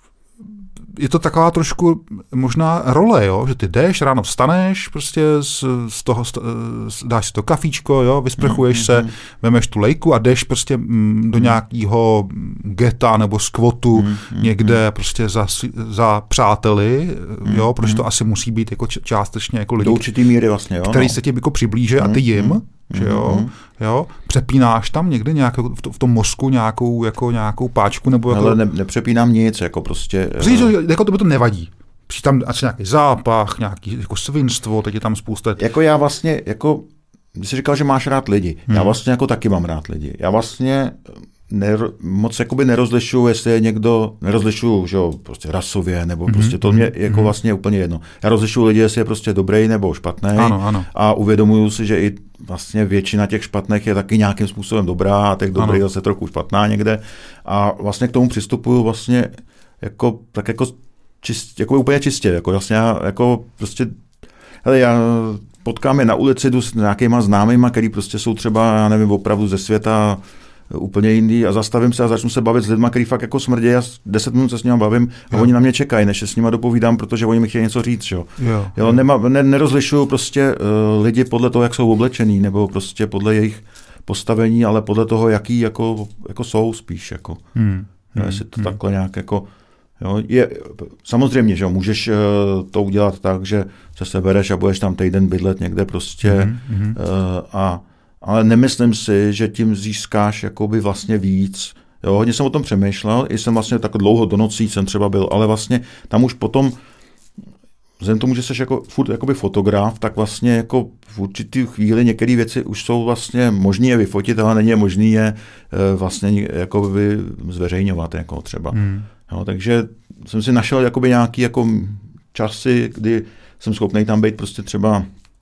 je to taková trošku možná role, jo? Že ty jdeš, ráno vstaneš, prostě z, z toho, z, dáš si to kafíčko, jo? Vysprchuješ mm, se, mm. vemeš tu lejku a jdeš prostě mm, do nějakého geta nebo skvotu mm, někde mm. prostě za, za přáteli, mm, jo? Protože mm. to asi musí být jako částečně jako lidi, do určitý míry vlastně, jo? který se ti jako přiblíže mm, a ty jim, mm. že jo, mm. jo, přepínáš tam někde nějakou, v tom mozku nějakou, jako nějakou páčku, nebo jako... Ale ne, nepřepínám nic, jako prostě... Přijde, že jako to by to nevadí. Přijde tam asi nějaký zápach, nějaký jako svinstvo, teď je tam spousta... Jako já vlastně, jako, když jsi říkal, že máš rád lidi, hmm. já vlastně jako taky mám rád lidi. Já vlastně ner, moc jakoby nerozlišuju, jestli je někdo, nerozlišuju, že jo, prostě rasově, nebo prostě to mě jako vlastně úplně jedno. Já rozlišuju lidi, jestli je prostě dobrý nebo špatný. Ano, ano. A uvědomuju si, že i vlastně většina těch špatných je taky nějakým způsobem dobrá a těch dobrých zase trochu špatná někde. A vlastně k tomu přistupuju vlastně jako, tak jako, čist, jako úplně čistě. Jako vlastně já jako prostě, hele, já potkám je na ulici, jdu s nějakýma známýma, který prostě jsou třeba, já nevím, opravdu ze světa úplně jiný a zastavím se a začnu se bavit s lidma, který fakt jako smrdí, já deset minut se s nimi bavím a jo. oni na mě čekají, než se s nima dopovídám, protože oni mi chtějí něco říct, jo. Jo, jo, nema, ne, nerozlišuju prostě uh, lidi podle toho, jak jsou oblečený, nebo prostě podle jejich postavení, ale podle toho, jaký jako, jako jsou spíš, jako. Hmm. Jo, jestli to hmm. takhle nějak jako, jo, je, samozřejmě, že jo, můžeš uh, to udělat tak, že se sebereš a budeš tam týden bydlet někde prostě hmm. uh, a ale nemyslím si, že tím získáš jakoby vlastně víc. Jo, hodně jsem o tom přemýšlel, i jsem vlastně tak dlouho do nocí jsem třeba byl, ale vlastně tam už potom, vzhledem tomu, že jsi jako furt jakoby fotograf, tak vlastně jako v určitý chvíli některé věci už jsou vlastně možné je vyfotit, ale není je možný je vlastně jakoby zveřejňovat jako třeba. Hmm. Jo, takže jsem si našel jakoby nějaký jako časy, kdy jsem schopný tam být prostě třeba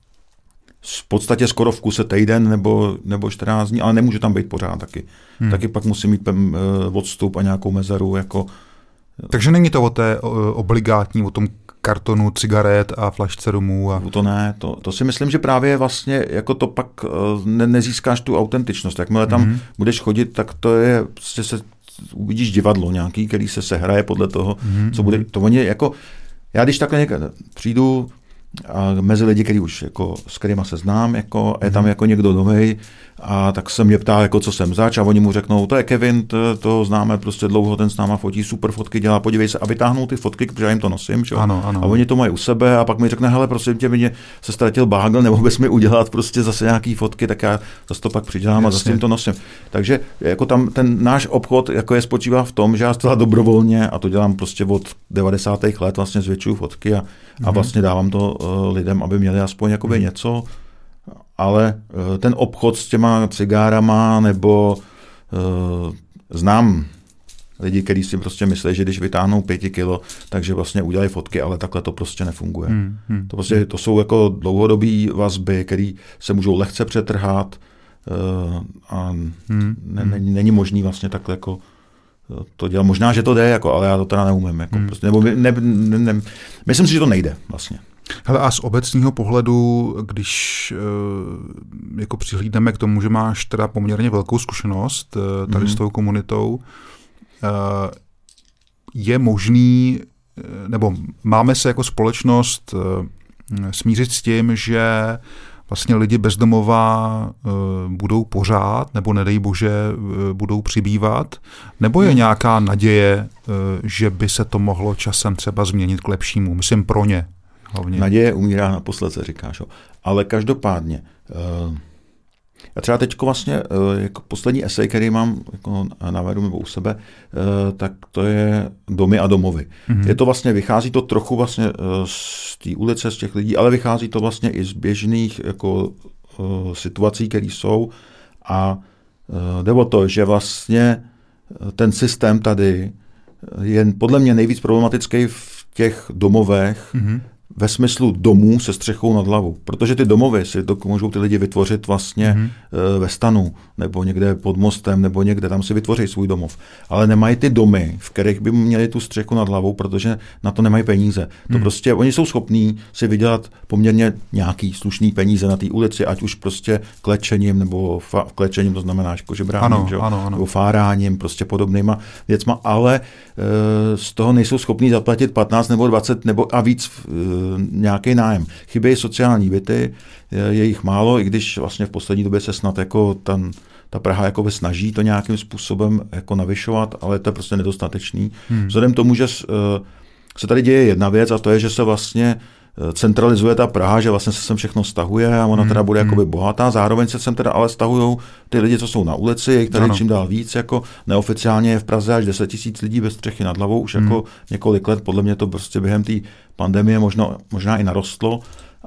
v podstatě skoro v kuse týden nebo, nebo čtrnáct dní, ale nemůžu tam být pořád taky. Hmm. Taky pak musím mít pem, odstup a nějakou mezeru. Jako... Takže není to o té obligátní, o tom kartonu cigaret a flašce rumů? A... To ne, to, to si myslím, že právě vlastně jako to pak ne, nezískáš tu autentičnost. Jakmile tam hmm. budeš chodit, tak to je, prostě se uvidíš divadlo nějaký, který se sehraje podle toho, hmm. co bude. To oni jako, já když takhle někde přijdu, a mezi lidi, který už jako, s kterýma se znám, jako, je tam jako někdo novej, a tak se mě ptá, jako, co jsem zač, a oni mu řeknou, to je Kevin, to, to známe prostě dlouho, ten s náma fotí, super fotky dělá, podívej se, a vytáhnou ty fotky, protože já jim to nosím, čo? Ano, ano. A oni to mají u sebe, a pak mi řekne, hele, prosím tě, mě se ztratil bágl, nebo bys mi udělat prostě zase nějaký fotky, tak já zase to pak přidělám. Jasně. A zase jim to nosím. Takže jako tam ten náš obchod jako je spočívá v tom, že já zcela dobrovolně, a to dělám prostě od devadesátých let, vlastně zvětšuju fotky a, mm-hmm. a vlastně dávám to uh, lidem, aby měli aspoň jakoby mm-hmm. něco, ale uh, ten obchod s těma cigárama, nebo uh, znám lidi, kteří si prostě myslí, že když vytáhnou pěti kilo, takže vlastně udělají fotky, ale takhle to prostě nefunguje. Hmm, hmm, to, prostě, to jsou jako dlouhodobé vazby, které se můžou lehce přetrhat uh, a hmm, ne, není, není možný vlastně takhle jako to dělat. Možná, že to jde, jako, ale já to teda neumím. Jako, hmm. prostě, nebo ne, ne, ne, myslím si, že to nejde vlastně. Hele, a z obecního pohledu, když uh, jako přihlídneme k tomu, že máš teda poměrně velkou zkušenost uh, tady hmm. s tou komunitou, je možný, nebo máme se jako společnost smířit s tím, že vlastně lidi bezdomová budou pořád, nebo nedej bože, budou přibývat, nebo je nějaká naděje, že by se to mohlo časem třeba změnit k lepšímu? Myslím pro ně hlavně. Naděje umírá naposled, se říkáš. Ale každopádně, já třeba teď vlastně jako poslední esej, který mám jako na webu nebo u sebe, tak to je Domy a domovy. Mm-hmm. Je to vlastně, vychází to trochu vlastně z té ulice, z těch lidí, ale vychází to vlastně i z běžných jako situací, které jsou, a jde o to, že vlastně ten systém tady je podle mě nejvíc problematický v těch domovech, mm-hmm. ve smyslu domů se střechou nad hlavou. Protože ty domovy si to můžou ty lidi vytvořit vlastně mm-hmm. ve stanu, nebo někde pod mostem, nebo někde, tam si vytvoří svůj domov. Ale nemají ty domy, v kterých by měli tu střechu nad hlavou, protože na to nemají peníze. To mm. prostě, oni jsou schopní si vydělat poměrně nějaký slušný peníze na té ulici, ať už prostě klečením, nebo fa- klečením, to znamená jako žebráním, ano, že? Ano, ano. nebo fáráním, prostě podobnýma věcma, ale e, z toho nejsou schopní zaplatit patnáct nebo dvacet nebo a víc e, nějaký nájem. Chybějí sociální byty, je jich málo, i když vlastně v poslední době se snad jako ten, ta Praha jako snaží to nějakým způsobem jako navyšovat, ale to je prostě nedostatečný. Hmm. Vzhledem k tomu, že se tady děje jedna věc, a to je, že se vlastně centralizuje ta Praha, že vlastně se sem všechno stahuje a ona hmm. teda bude hmm. jakoby bohatá, zároveň se sem teda ale stahujou ty lidi, co jsou na ulici, je jich tady ano. čím dál víc, jako neoficiálně je v Praze až deset tisíc lidí bez střechy nad hlavou, už hmm. jako několik let, podle mě to prostě během té pandemie možno, možná i narostlo,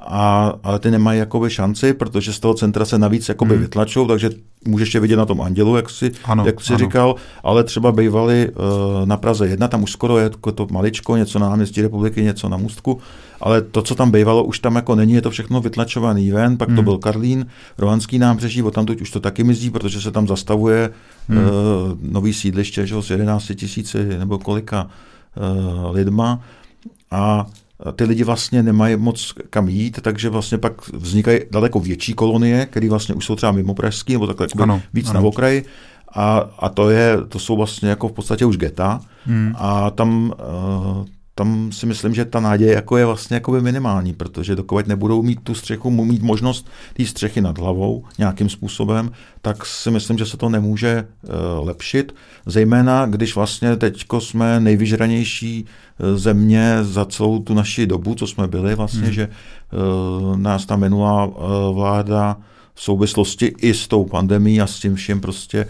a, ale ty nemají jakoby šanci, protože z toho centra se navíc jakoby hmm. vytlačou, takže můžeš je vidět na tom Andělu, jak jsi, ano, jak jsi ano. říkal, ale třeba bývali uh, na Praze jedna, tam už skoro je to maličko, něco na náměstí Republiky, něco na Můstku, ale to, co tam bývalo, už tam jako není, je to všechno vytlačovaný ven, pak hmm. to byl Karlín, Rohanský nábřeží, o tamtud už to taky mizí, protože se tam zastavuje hmm. uh, nový sídliště, že, s jedenácti tisíci nebo kolika uh, lidma, a ty lidi vlastně nemají moc kam jít, takže vlastně pak vznikají daleko větší kolonie, které vlastně už jsou třeba mimo pražský, nebo takhle ano, víc ano. na okraji. A, a to, je, to jsou vlastně jako v podstatě už geta. Hmm. A tam, uh, tam si myslím, že ta naděje jako je vlastně jakoby minimální, protože dokud nebudou mít tu střechu, mít možnost té střechy nad hlavou nějakým způsobem, tak si myslím, že se to nemůže uh, lepšit. Zejména, když vlastně teďko jsme nejvyžranější země za celou tu naši dobu, co jsme byli vlastně, hmm. že uh, nás ta minulá uh, vláda v souvislosti i s tou pandemií a s tím vším prostě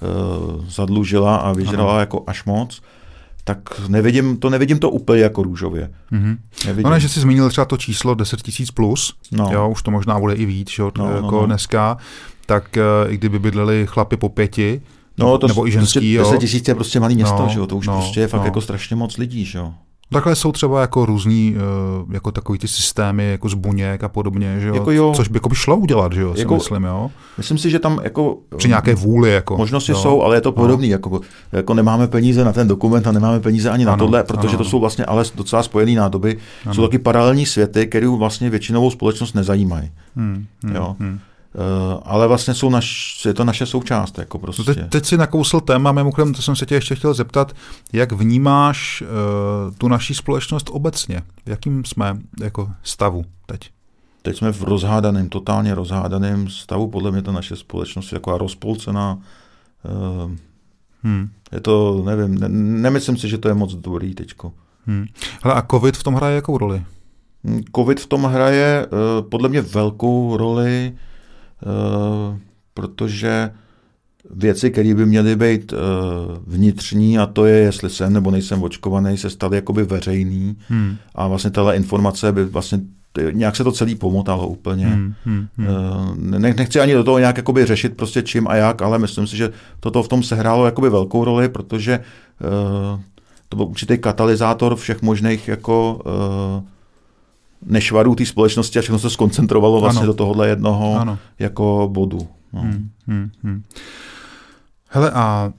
uh, zadlužila a vyžrala ano. jako až moc, tak nevidím to, nevidím to úplně jako růžově. Mm-hmm. No ne, že jsi zmínil třeba to číslo deset tisíc plus, no. jo, už to možná bude i víc, jo, no, jako no, no. dneska, tak uh, i kdyby bydleli chlapi po pěti, no, to nebo i ženský, jo. deset tisíc je prostě malý město, no, že jo, to už no, prostě je fakt no. jako strašně moc lidí, že jo. Takhle jsou třeba jako různý, jako takový ty systémy, jako z buněk a podobně, že jo? Jako jo. Což by, jako by šlo udělat, že jo, jako, si myslím, jo? Myslím si, že tam jako... Při nějaké vůli, jako... Možnosti jo. jsou, ale je to podobný, no. jako, jako nemáme peníze na ten dokument a nemáme peníze ani na ano, tohle, protože ano. to jsou vlastně ale docela spojený nádoby. Ano. Jsou taky paralelní světy, které vlastně většinovou společnost nezajímají. Hmm, hmm, jo. Hmm. ale vlastně jsou naš, je to naše součást. Jako prostě. No teď, teď si nakousl téma, mimochodem, to jsem se tě ještě chtěl zeptat, jak vnímáš uh, tu naší společnost obecně? V jakým jsme jako stavu teď? Teď jsme v rozhádaném, totálně rozhádaném stavu. Podle mě ta naše společnost je taková rozpolcená. Uh, hmm. Je to, nevím, ne, nemyslím si, že to je moc dobrý teďko. Hmm. Hele, a covid v tom hraje jakou roli? Covid v tom hraje uh, podle mě velkou roli, uh, protože věci, které by měly být uh, vnitřní, a to je, jestli jsem nebo nejsem očkovaný, se staly jakoby veřejný. Hmm. A vlastně tahle informace by vlastně nějak se to celý pomotalo úplně. Hmm, hmm, hmm. Ne, nechci ani do toho nějak jakoby řešit prostě čím a jak, ale myslím si, že toto v tom sehrálo jakoby velkou roli, protože uh, to byl určitý katalyzátor všech možných jako uh, nešvarů té společnosti a všechno se skoncentrovalo vlastně ano. do tohohle jednoho ano. jako bodu. No. Hmm, hmm, hmm. Hele, a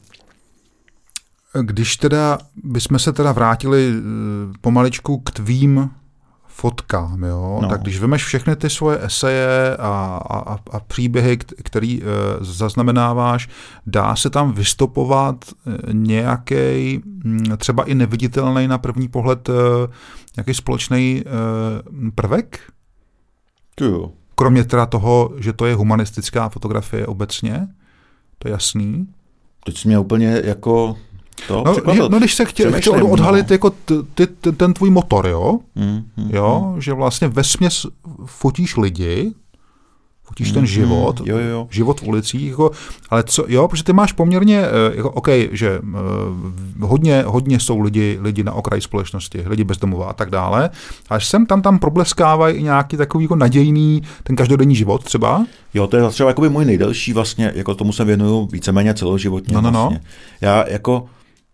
když teda bychom se teda vrátili pomaličku k tvým fotkám, jo? No. Tak když vemeš všechny ty svoje eseje a, a, a příběhy, který uh, zaznamenáváš, dá se tam vystopovat nějaký, třeba i neviditelný na první pohled, uh, nějaký společný uh, prvek? Jo. Kromě teda toho, že to je humanistická fotografie obecně, to je jasný. Teď jsi mě úplně jako... To no, no, když se chtěl, chtěl odhalit no. jako t, t, ten tvůj motor, jo? Mm, mm, jo, mm. že vlastně vesměs fotíš lidi, fotíš mm, ten život, mm, jo, jo. život v ulicích, jako, ale co, jo, protože ty máš poměrně, jako, OK, že uh, hodně, hodně jsou lidi, lidi na okraji společnosti, lidi bezdomová a tak dále, ale sem tam tam probleskávají i nějaký takový jako nadějný, ten každodenní život třeba. Jo, to je třeba jakoby můj nejdelší vlastně, jako tomu se věnuju víceméně celoživotně. No, no, vlastně. no. Já jako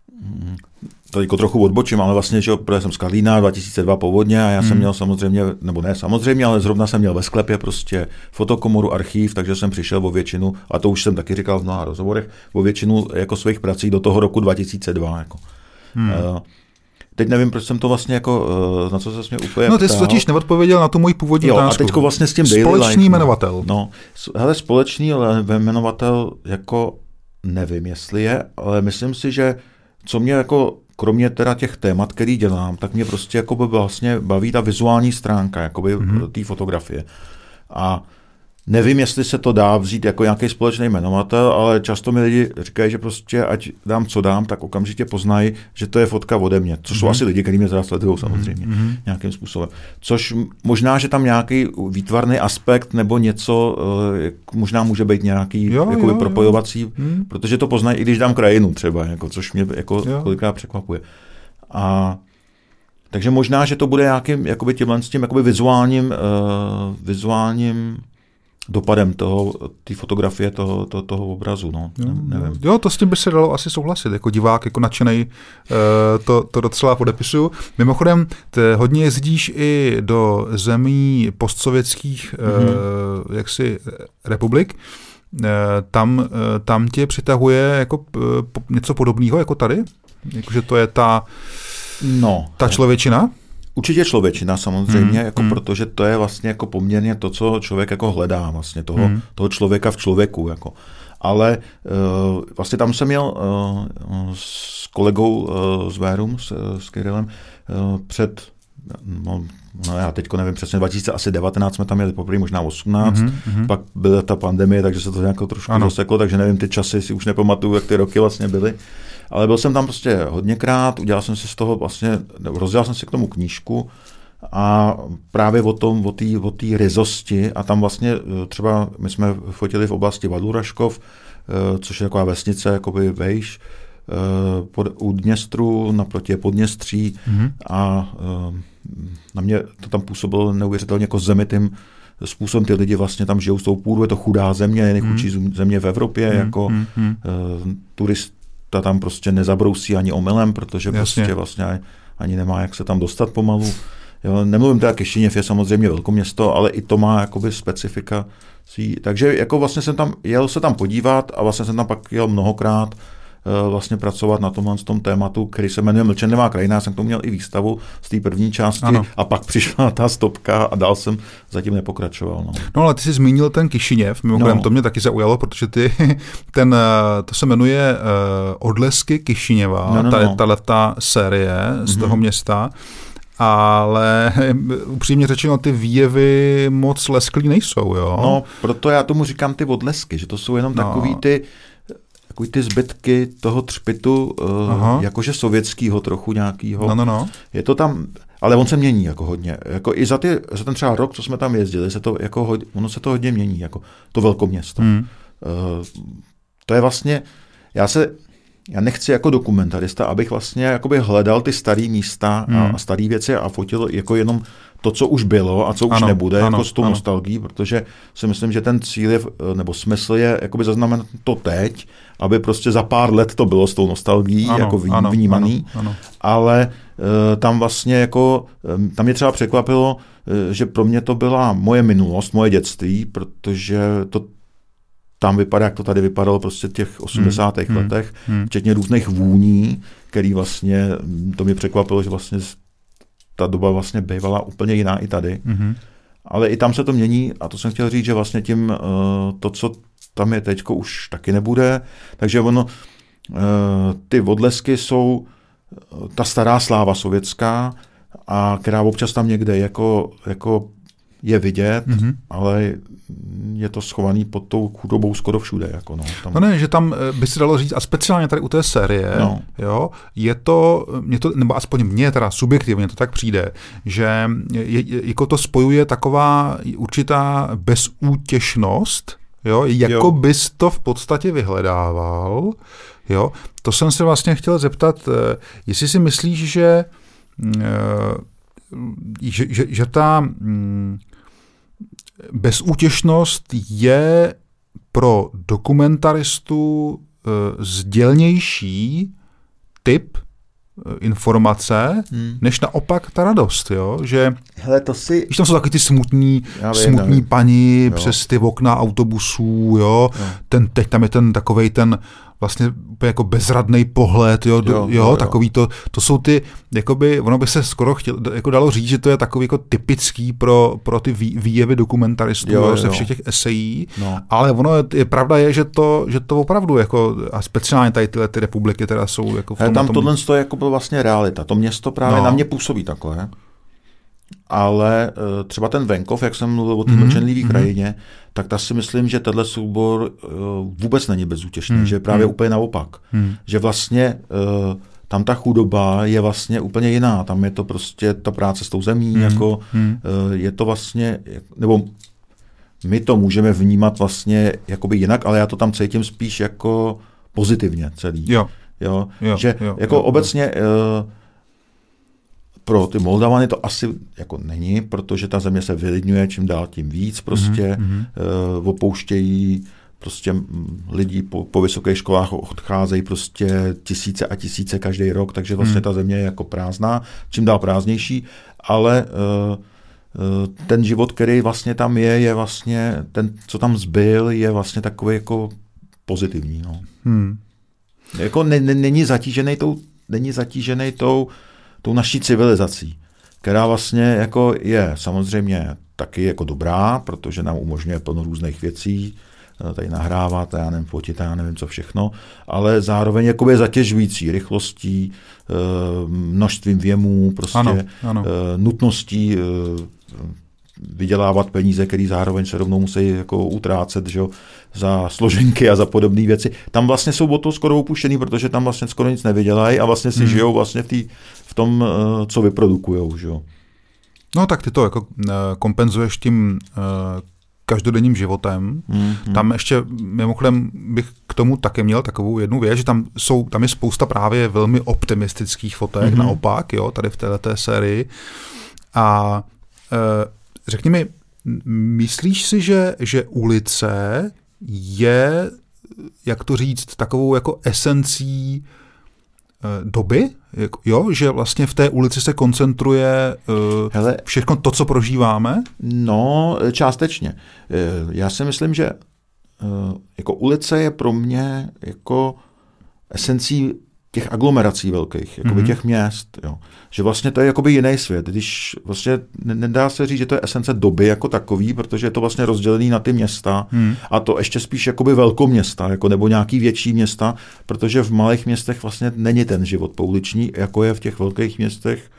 to jako trochu odbočím, ale vlastně, že protože jsem z Karlína, dva tisíce dva povodně a já hmm. jsem měl samozřejmě, nebo ne samozřejmě, ale zrovna jsem měl ve sklepě prostě fotokomoru, archív, takže jsem přišel o většinu, a to už jsem taky říkal v mnoha rozhovorech, o většinu jako svých prací do toho roku dva tisíce dva. Jako. Hmm. Uh, teď nevím, proč jsem to vlastně jako, na co se mě úplně No ty jsi totiž neodpověděl na tu moji původní otázku. A teďko vlastně s tím daily společný life, jmenovatel. No, hele, společný jmenovatel jako nevím, jestli je, ale myslím si, že co mě jako, kromě teda těch témat, který dělám, tak mě prostě jako by vlastně baví ta vizuální stránka jakoby mm-hmm. té fotografie. A nevím, jestli se to dá vzít jako nějaký společný jmenovatel, ale často mi lidi říkají, že prostě ať dám, co dám, tak okamžitě poznají, že to je fotka ode mě. Což mm-hmm. jsou asi lidi, kteří mě teda sledují samozřejmě mm-hmm. nějakým způsobem. Což možná, že tam nějaký výtvarný aspekt nebo něco, možná může být nějaký jo, jakoby jo, propojovací, jo. Mm. protože to poznají, i když dám krajinu třeba, jako, což mě jako kolikrát překvapuje. A takže možná, že to bude nějakým jakoby tímhle s tím jakoby vizuálním, uh, vizuálním dopadem toho, té fotografie, toho, toho, toho obrazu, no, jo, nevím. Jo, to s tím by se dalo asi souhlasit, jako divák, jako nadšenej, to, to docela podepisuju. Mimochodem, ty hodně jezdíš i do zemí postsovětských mm-hmm. jaksi republik, tam, tam tě přitahuje jako něco podobného, jako tady? Jakože to je ta, no, ta člověčina? Určitě člověčina samozřejmě, hmm, jako hmm. protože to je vlastně jako poměrně to, co člověk jako hledá vlastně, toho, hmm. toho člověka v člověku. Jako. Ale uh, vlastně tam jsem měl uh, s kolegou uh, z Vérum, s, s Kirillem, uh, před, no, no já teďko nevím přesně, dva tisíce devatenáct jsme tam měli poprvé, možná osmnáct, hmm, pak byla ta pandemie, takže se to nějak trošku ano. zaseklo, takže nevím, ty časy si už nepamatuju, jak ty roky vlastně byly. Ale byl jsem tam prostě hodněkrát, udělal jsem si z toho vlastně, rozdělal jsem si k tomu knížku a právě o tom, o té o té ryzosti a tam vlastně třeba my jsme fotili v oblasti Valuraškov, což je taková vesnice, jakoby vejš, pod, u Dněstru, naproti je Podněstří mm-hmm. a na mě to tam působilo neuvěřitelně jako zemitým způsobem, ty lidi vlastně tam žijou s tou půdou, je to chudá země, je nejchudší mm-hmm. země v Evropě, mm-hmm. jako mm-hmm. turist ta tam prostě nezabrousí ani omylem, protože Jasně. prostě vlastně ani nemá, jak se tam dostat pomalu. Jo, nemluvím teda, Kišiněv je samozřejmě velkoměsto, ale i to má jakoby specifika svý. Takže jako vlastně jsem tam, jel se tam podívat a vlastně jsem tam pak jel mnohokrát vlastně pracovat na tomhle tom tématu, který se jmenuje Mlčenlivá krajina. Já jsem k tomu měl i výstavu z té první části ano. a pak přišla ta stopka a dál jsem zatím nepokračoval. No, no ale ty jsi zmínil ten Kišiněv, mimochodem no. to mě taky zaujalo, protože ty, ten, to se jmenuje uh, Odlesky Kišiněva, no, no, no. ta, ta série z mm-hmm. toho města, ale upřímně řečeno ty výjevy moc lesklý nejsou, jo? No, proto já tomu říkám ty odlesky, že to jsou jenom no. takový ty takový ty zbytky toho třpitu, uh, jakože sovětskýho trochu nějakýho. No, no, no. Je to tam, ale on se mění jako hodně. Jako i za, ty, za ten třeba rok, co jsme tam jezdili, se to jako hodně, ono se to hodně mění, jako to velkoměsto. Hmm. Uh, to je vlastně, já se, já nechci jako dokumentarista, abych vlastně jakoby hledal ty staré místa hmm. a, a staré věci a fotil jako jenom to, co už bylo a co už ano, nebude, ano, jako s tou ano. nostalgií, protože si myslím, že ten cíl je, nebo smysl je jakoby zaznamenat to teď, aby prostě za pár let to bylo s tou nostalgií ano, jako ano, vnímaný, ano, ano. ale e, tam vlastně jako, e, tam mě třeba překvapilo, e, že pro mě to byla moje minulost, moje dětství, protože to tam vypadá, jak to tady vypadalo prostě v těch osmdesátých hmm, letech, hmm, včetně různých vůní, který vlastně, to mě překvapilo, že vlastně ta doba vlastně bývala úplně jiná i tady. Mm-hmm. Ale i tam se to mění a to jsem chtěl říct, že vlastně tím to, co tam je teďko, už taky nebude. Takže ono, ty odlesky jsou ta stará sláva sovětská, a která občas tam někde jako, jako je vidět, mm-hmm. ale je to schovaný pod tou chudobou skoro všude. Jako no, tam... no ne, že tam by se dalo říct, a speciálně tady u té série, no. jo, je to, mě to, nebo aspoň mně teda subjektivně to tak přijde, že je, je, jako to spojuje taková určitá bezútěšnost, jo, jako jo. bys to v podstatě vyhledával, jo. To jsem se vlastně chtěl zeptat, jestli si myslíš, že že, že, že ta bezútěšnost je pro dokumentaristu sdělnější typ informace, hmm. než naopak ta radost, jo? Že hele, to si... Když tam jsou taky ty smutní, vím, smutní paní jo. přes ty okna autobusů, jo? Jo. Ten, teď tam je ten takovej ten vlastně jako bezradný pohled, jo, jo, jo, jo takový to, to jsou ty, jakoby, ono by se skoro chtěl, jako dalo říct, že to je takový jako typický pro, pro ty vý, výjevy dokumentaristů, jo, jo, ze všech těch esejí, no. ale ono je, je, pravda je, že to, že to opravdu, jako, a speciálně tady tyhle ty republiky teda jsou jako v tom. Tam tom... tohle je jako vlastně realita, to město právě no. na mě působí takhle. Ale třeba ten venkov, jak jsem mluvil o té mlčenlivé mm-hmm. krajině, tak ta si myslím, že tenhle soubor vůbec není bezútěšný, mm-hmm. že je právě mm-hmm. úplně naopak. Mm-hmm. Že vlastně tam ta chudoba je vlastně úplně jiná. Tam je to prostě ta práce s tou zemí, mm-hmm. jako je to vlastně, nebo my to můžeme vnímat vlastně jakoby jinak, ale já to tam cítím spíš jako pozitivně celý. Jo. Jo? Jo, že jo, jako jo, obecně jo. Pro ty Moldavany to asi jako není, protože ta země se vylidňuje čím dál tím víc, prostě mm-hmm. uh, opouštějí prostě lidi po, po vysokých školách odcházejí prostě tisíce a tisíce každý rok, takže vlastně mm. ta země je jako prázdná, čím dál prázdnější, ale uh, uh, ten život, který vlastně tam je, je vlastně, ten, co tam zbyl, je vlastně takový jako pozitivní. No. Mm. Jako ne, ne, není zatížený tou, není zatížený tou tou naší civilizací, která vlastně jako je samozřejmě taky jako dobrá, protože nám umožňuje plno různých věcí, tady nahrávat, já nevím, fotit, já nevím co všechno, ale zároveň jakoby zatěžující rychlostí, množstvím věmů, prostě ano, ano. nutností vydělávat peníze, které zároveň se rovnou musí jako utrácet, že jo, za složenky a za podobné věci. Tam vlastně jsou od toho skoro upuštěný, protože tam vlastně skoro nic nevydělají a vlastně si hmm. žijou vlastně v, tý, v tom, co vyprodukujou, že jo. No tak ty to jako kompenzuješ tím každodenním životem. Hmm. Tam ještě mimochodem bych k tomu také měl takovou jednu věc, že tam jsou, tam je spousta právě velmi optimistických fotek, hmm. naopak, jo, tady v této sérii. A řekni mi, myslíš si, že, že ulice je, jak to říct, takovou jako esencí doby? Jo, že vlastně v té ulici se koncentruje Hele, všechno to, co prožíváme? No, částečně. Já si myslím, že jako ulice je pro mě jako esencí těch aglomerací velkých, jakoby mm-hmm. těch měst, jo. Že vlastně to je jakoby jiný svět, když vlastně nedá se říct, že to je esence doby jako takový, protože je to vlastně rozdělený na ty města mm. a to ještě spíš jakoby velkoměsta, jako nebo nějaký větší města, protože v malých městech vlastně není ten život pouliční, jako je v těch velkých městech,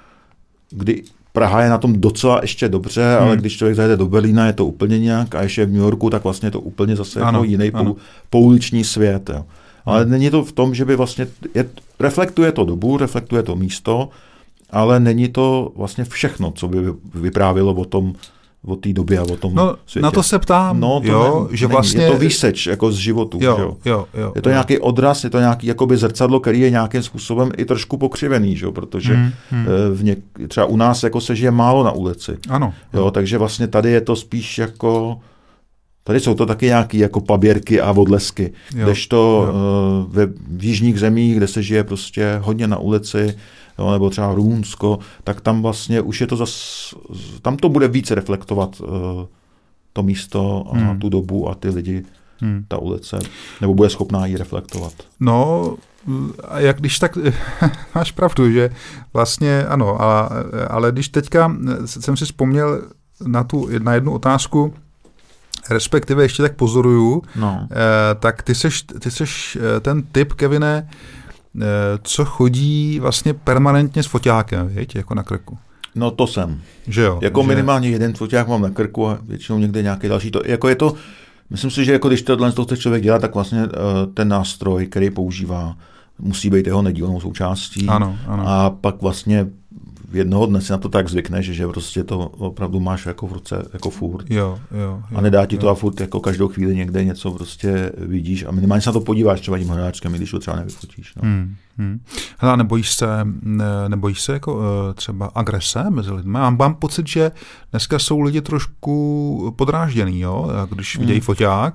kdy Praha je na tom docela ještě dobře, hmm. ale když člověk zajede do Berlína, je to úplně nějak, a ještě v New Yorku, tak vlastně je to úplně zase ano, jako jiný pou, pouliční svět. Jo. Ale hmm. není to v tom, že by vlastně, je, reflektuje to dobu, reflektuje to místo, ale není to vlastně všechno, co by vyprávělo o tom, o té době a o tom no, světě. Na to se ptám, no, to jo, ne, že není. vlastně... Je to výseč jako z životu. Jo, jo. Jo, jo, je to jo. nějaký odraz, je to nějaký jakoby zrcadlo, který je nějakým způsobem i trošku pokřivený, že? Protože hmm, hmm. V něk, třeba u nás jako se žije málo na ulici. Ano. Jo, takže vlastně tady je to spíš jako... Tady jsou to taky nějaké jako paběrky a odlesky. Kdežto uh, ve v jižních zemích, kde se žije prostě hodně na ulici, jo, nebo třeba Rumunsko, tak tam vlastně už je to zas, tam to bude více reflektovat uh, to místo a hmm. tu dobu a ty lidi, hmm. ta ulice, nebo bude schopná ji reflektovat. No, a jak když tak, máš pravdu, že vlastně ano, ale, ale když teďka jsem si vzpomněl na, tu, na jednu otázku, respektive ještě tak pozoruju, no. eh, tak ty seš, ty seš ten typ, Kevine, eh, co chodí vlastně permanentně s foťákem, viď, jako na krku. No to jsem. Že jo. Jako že... minimálně jeden foťák mám na krku a většinou někde nějaký další. To, jako je to, myslím si, že jako když tohle to chce člověk dělat, tak vlastně uh, ten nástroj, který používá, musí být jeho nedílnou součástí. Ano, ano. A pak vlastně jednoho dne si na to tak zvykneš, že prostě to opravdu máš jako v ruce, jako furt. Jo, jo, jo, a nedá ti to jo. a furt jako každou chvíli někde něco prostě vidíš a minimálně se na to podíváš třeba tím hledáčkem, i když to třeba nevyfotíš. No. Hmm, hmm. Hele, nebojíš se, ne, nebojíš se jako třeba agrese mezi lidmi? Mám, mám pocit, že dneska jsou lidi trošku podrážděný, jo? Když vidějí hmm. foťák.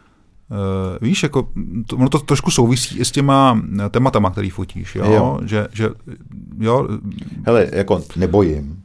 Uh, víš, jako, to, ono to trošku souvisí i s těma tématama, který fotíš, jo? jo. Že, že, jo. Hele, jako nebojím.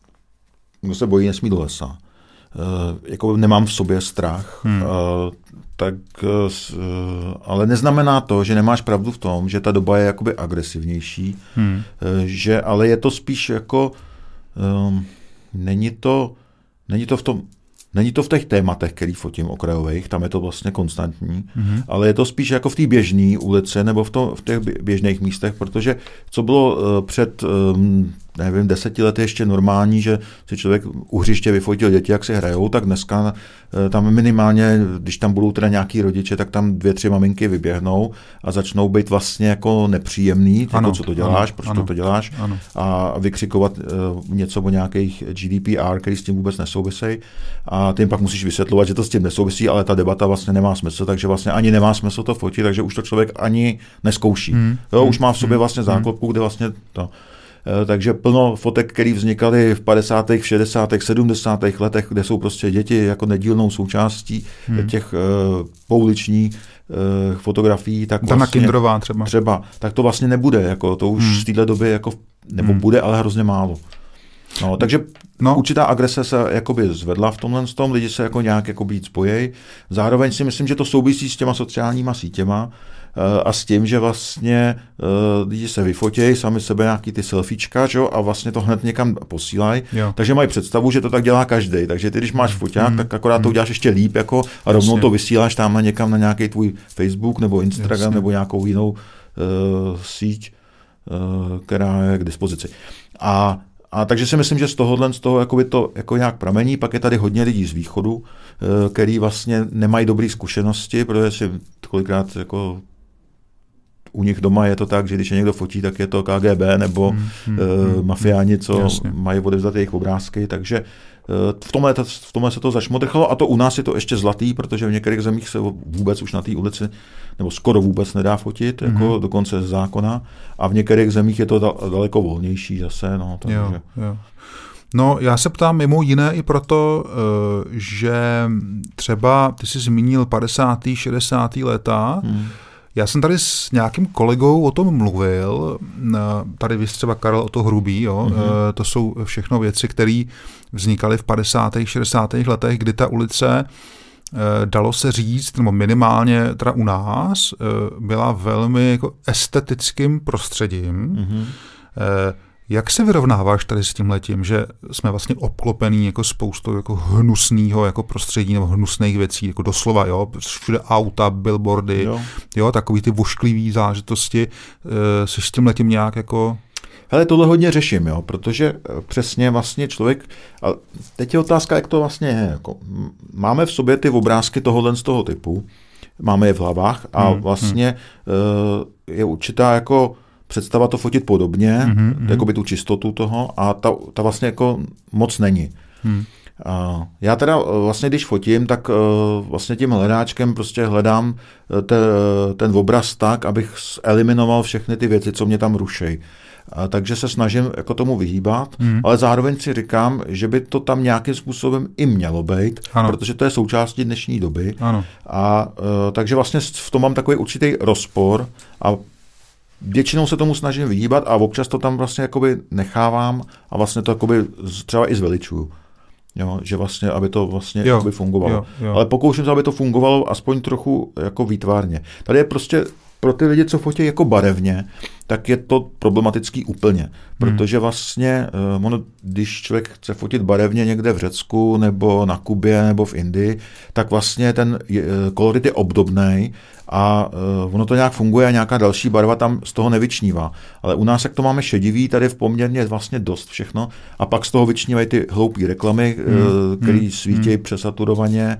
Kdo se bojí, nesmí do lesa. Uh, jako nemám v sobě strach, hmm. uh, tak, uh, ale neznamená to, že nemáš pravdu v tom, že ta doba je jakoby agresivnější, hmm. uh, že, ale je to spíš jako, um, není to, není to v tom, Není to v těch tématech, který fotím okrajových, tam je to vlastně konstantní, mm-hmm. ale je to spíš jako v té běžné ulici nebo v, to, v těch běžných místech, protože co bylo uh, před, um, nevím, deseti lety ještě normální, že si člověk u hřiště vyfotil děti, jak si hrajou, tak dneska uh, tam minimálně, když tam budou teda nějaký rodiče, tak tam dvě, tři maminky vyběhnou a začnou být vlastně jako nepříjemný, ano, jako co to děláš, ano, proč ano, to děláš ano. a vykřikovat uh, něco o nějakých G D P R, který s tím vůbec nesouvisejí. A tím pak musíš vysvětlovat, že to s tím nesouvisí, ale ta debata vlastně nemá smysl, takže vlastně ani nemá smysl to fotit, takže už to člověk ani neskouší. Hmm. Jo, hmm. Už má v sobě vlastně záklopku, kde vlastně to. Takže plno fotek, které vznikaly v padesátých, šedesátých, sedmdesátých letech, kde jsou prostě děti jako nedílnou součástí hmm. těch uh, pouličních uh, fotografií, tak Dana vlastně Kindrová třeba. třeba, tak to vlastně nebude, jako to už hmm. z téhle doby jako, nebo hmm. bude, ale hrozně málo. No, takže no. určitá agrese se jakoby zvedla v tomhle tom, lidi se jako nějak jako být spojí. Zároveň si myslím, že to souvisí s těma sociálníma sítěma uh, a s tím, že vlastně uh, lidi se vyfotějí sami sebe nějaký ty selfiečka, že? A vlastně to hned někam posílají. Takže mají představu, že to tak dělá každý. Takže ty, když máš foťák, mm. tak akorát mm. to uděláš ještě líp jako, a rovnou Jasně. to vysíláš tam někam na nějaký tvůj Facebook nebo Instagram Jasně. nebo nějakou jinou uh, síť, uh, která je k dispozici. A A takže si myslím, že z tohohle z toho jakoby to jako nějak pramení, pak je tady hodně lidí z východu, který vlastně nemají dobré zkušenosti, protože si kolikrát jako u nich doma je to tak, že když je někdo fotí, tak je to K G B nebo hmm, hmm, uh, mafiáni, co jasně. mají odevzdat jejich obrázky, takže uh, v tomhle, v tomhle se to zašmodrchalo a to u nás je to ještě zlatý, protože v některých zemích se vůbec už na té ulici nebo skoro vůbec nedá fotit, hmm. jako dokonce z zákona a v některých zemích je to daleko volnější zase. No, takže... jo, jo. No, já se ptám mimo jiné i proto, že třeba ty jsi zmínil padesátá šedesátá léta. Hmm. Já jsem tady s nějakým kolegou o tom mluvil, tady vys třeba Karel Otto Hrubý, jo? Mm-hmm. To jsou všechno věci, které vznikaly v padesátých šedesátých letech, kdy ta ulice dalo se říct, nebo minimálně teda u nás, byla velmi jako estetickým prostředím. Mm-hmm. Jak se vyrovnáváš tady s tímhletím, že jsme vlastně obklopený jako spoustou jako hnusného jako prostředí nebo hnusných věcí, jako doslova, jo, všude auta, billboardy, jo, jo takový ty vošklivý zážitosti, jsi s tímhletím nějak jako... Hele, tohle hodně řeším, jo, protože přesně vlastně člověk, a teď je otázka, jak to vlastně je, jako, máme v sobě ty obrázky tohohle z toho typu, máme je v hlavách a hmm, vlastně hmm. je určitá jako představa to fotit podobně, mm-hmm. jako by tu čistotu toho a ta, ta vlastně jako moc není. Hmm. A já teda vlastně, když fotím, tak vlastně tím hledáčkem prostě hledám te, ten obraz tak, abych eliminoval všechny ty věci, co mě tam rušejí. A takže se snažím jako tomu vyhýbat, hmm. ale zároveň si říkám, že by to tam nějakým způsobem i mělo být, ano. protože to je součástí dnešní doby. Ano. A takže vlastně v tom mám takový určitý rozpor a většinou se tomu snažím vyhýbat a občas to tam vlastně jakoby nechávám a vlastně to jakoby třeba i zveličuju. Jo, že vlastně, aby to vlastně jo, jakoby fungovalo. Jo, jo. Ale pokouším se, aby to fungovalo aspoň trochu jako výtvarně. Tady je prostě pro ty lidi, co fotí jako barevně, tak je to problematický úplně. Protože vlastně, ono, když člověk chce fotit barevně někde v Řecku, nebo na Kubě, nebo v Indii, tak vlastně ten kolorit je obdobný a ono to nějak funguje a nějaká další barva tam z toho nevyčnívá. Ale u nás, jak to máme šedivý, tady v poměrně vlastně dost všechno a pak z toho vyčnívají ty hloupý reklamy, hmm. které hmm. svítí hmm. přesaturovaně.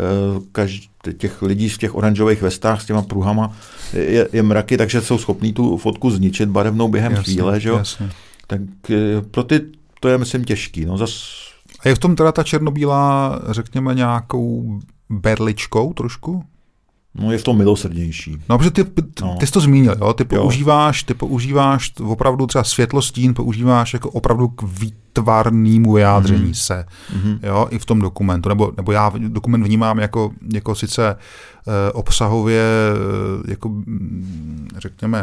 Každý těch lidí v těch oranžových vestách s těma pruhama je, je mraky, takže jsou schopní tu fotku zničit barevnou během jasně, chvíle. Že jo? Tak pro ty to je, myslím, těžký. No, zas... A je v tom teda ta černobílá, řekněme, nějakou berličkou trošku? No je v tom milosrdnější. No, protože ty, ty, no. ty jsi to zmínil, jo? Ty používáš, ty používáš opravdu třeba světlostín, používáš jako opravdu k výtvarnému vyjádření mm-hmm. se, mm-hmm. jo, i v tom dokumentu, nebo, nebo já dokument vnímám jako, jako sice eh, obsahově, eh, jako řekněme,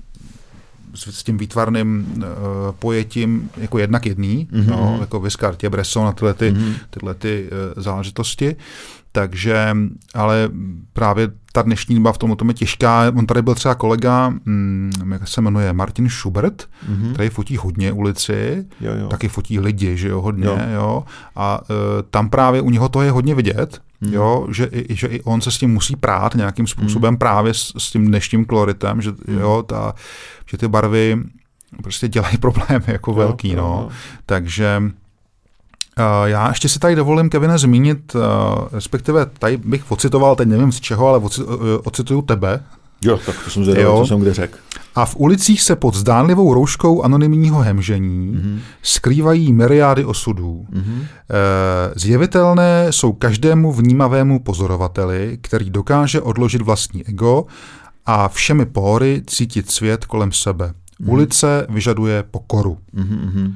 s, s tím výtvarným eh, pojetím jako jednak jedný, mm-hmm. jo, jako Viscartě, Bresson a tyhle, ty, mm-hmm. tyhle ty eh, záležitosti. Takže, ale právě ta dnešní doba v tom, tom je těžká. On tady byl třeba kolega, hm, jak se jmenuje, Martin Schubert, mm-hmm. který fotí hodně ulici, jo, jo. taky fotí lidi, že jo, hodně, jo. jo. A uh, tam právě u něho to je hodně vidět, mm. jo, že, i, že i on se s tím musí prát nějakým způsobem mm. právě s, s tím dnešním koloritem, že, mm. jo, ta, že ty barvy prostě dělají problémy jako jo, velký, jo, no. Jo. Takže Uh, já ještě si tady dovolím, Kevine, zmínit, uh, respektive tady bych ocitoval, teď nevím z čeho, ale oci, uh, ocituju tebe. Jo, tak to jsem zvědavý, co jsem kde řekl. A v ulicích se pod zdánlivou rouškou anonymního hemžení mm-hmm. skrývají myriády osudů. Mm-hmm. Uh, zjevitelné jsou každému vnímavému pozorovateli, který dokáže odložit vlastní ego a všemi pory cítit svět kolem sebe. Mm-hmm. Ulice vyžaduje pokoru. Mm-hmm. Uh,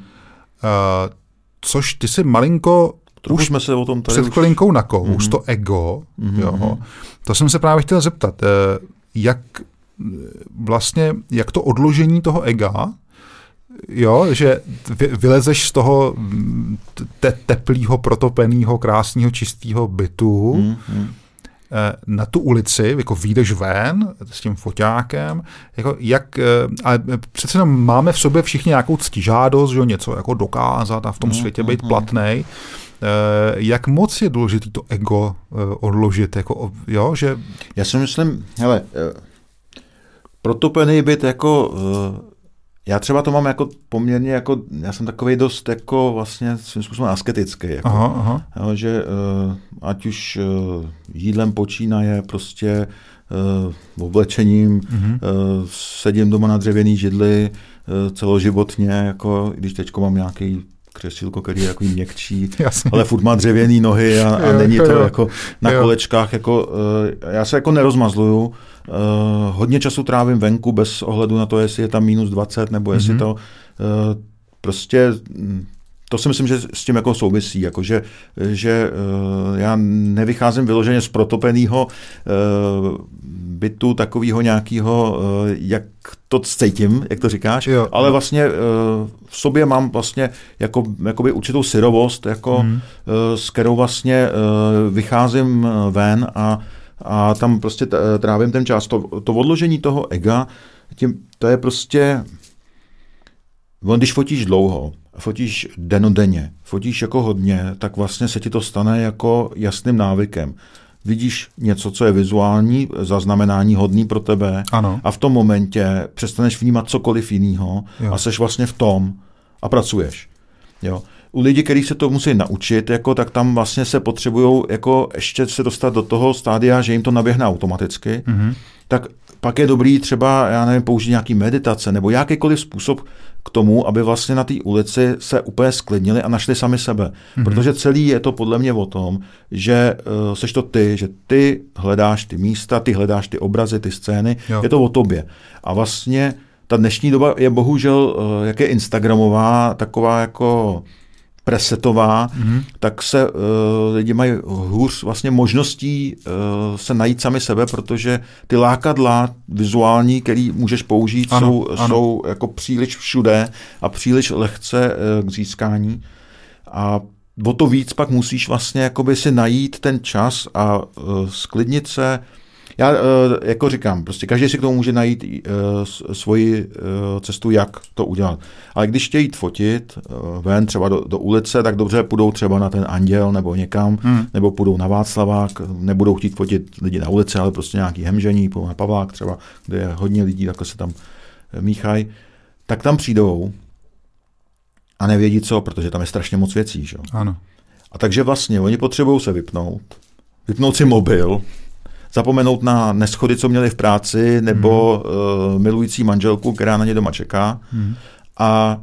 Což ty si malinko Trochu už jsme se o tom tady před chvilinkou už... nakous, mm-hmm. to ego, mm-hmm. jo, to jsem se právě chtěl zeptat, jak vlastně, jak to odložení toho ega, jo, že vylezeš z toho te- teplého, protopeného, krásného, čistého bytu, mm-hmm. na tu ulici, jako vyjdeš ven s tím foťákem, jako jak, ale přece jenom máme v sobě všichni nějakou ctižádost, že něco jako dokázat a v tom světě být platnej. Jak moc je důležitý to ego odložit, jako, jo, že... Já si myslím, hele, protopený byt jako... Já třeba to mám jako poměrně, jako, já jsem takovej dost jako vlastně svým způsobem asketický. Jako, aha, aha. Jo, že uh, ať už uh, jídlem počínaje, prostě uh, oblečením, mm-hmm. uh, sedím doma na dřevěný židli uh, celoživotně, jako, když teďko mám nějaký křesílko, který je jako měkčí, jasně. ale furt má dřevěný nohy a, a jo, není to jo. jako na jo. kolečkách. Jako, uh, já se jako nerozmazluju. Uh, hodně času trávím venku bez ohledu na to, jestli je tam minus dvacet, nebo jestli mm-hmm. to uh, prostě... To si myslím, že s tím jako souvisí, jako že, že uh, já nevycházím vyloženě z protopeného uh, bytu takového nějakého, jak to cítím, jak to říkáš, jo, ale jo. vlastně v sobě mám vlastně jako, jakoby určitou syrovost, jako, mm. s kterou vlastně vycházím ven a, a tam prostě trávím ten čas. To, to odložení toho ega, tím, to je prostě, když fotíš dlouho, fotíš denodenně, fotíš jako hodně, tak vlastně se ti to stane jako jasným návykem. Vidíš něco, co je vizuální, zaznamenání hodný pro tebe, ano. A v tom momentě přestaneš vnímat cokoliv jiného a seš vlastně v tom a pracuješ. Jo. U lidí, kteří se to musí naučit, jako, tak tam vlastně se potřebují jako ještě se dostat do toho stádia, že jim to naběhne automaticky, mm-hmm. tak pak je dobrý třeba, já nevím, použít nějaký meditace nebo jakýkoliv způsob k tomu, aby vlastně na té ulici se úplně sklidnili a našli sami sebe. Mm-hmm. Protože celý je to podle mě o tom, že uh, seš to ty, že ty hledáš ty místa, ty hledáš ty obrazy, ty scény, jo. Je to o tobě. A vlastně ta dnešní doba je bohužel, uh, jak je instagramová, taková jako presetová, mm-hmm. tak se uh, lidi mají hůř vlastně možností uh, se najít sami sebe, protože ty lákadla vizuální, který můžeš použít, ano, jsou, ano. jsou jako příliš všude a příliš lehce uh, k získání. A o to víc pak musíš vlastně jakoby si najít ten čas a uh, sklidnit se. Já jako říkám, prostě každý si k tomu může najít uh, svoji uh, cestu, jak to udělat. Ale když chtějí jít fotit uh, ven třeba do, do ulice, tak dobře půjdou třeba na ten Anděl nebo někam, hmm. nebo půjdou na Václavák, nebudou chtít fotit lidi na ulici, ale prostě nějaký Hemžení, půjdou na Pavlák třeba, kde je hodně lidí, takhle se tam míchají, tak tam přijdou a nevědí co, protože tam je strašně moc věcí. Že? Ano. A takže vlastně oni potřebují se vypnout, vypnout si mobil, zapomenout na neschody, co měli v práci, nebo hmm. uh, milující manželku, která na ně doma čeká, hmm. a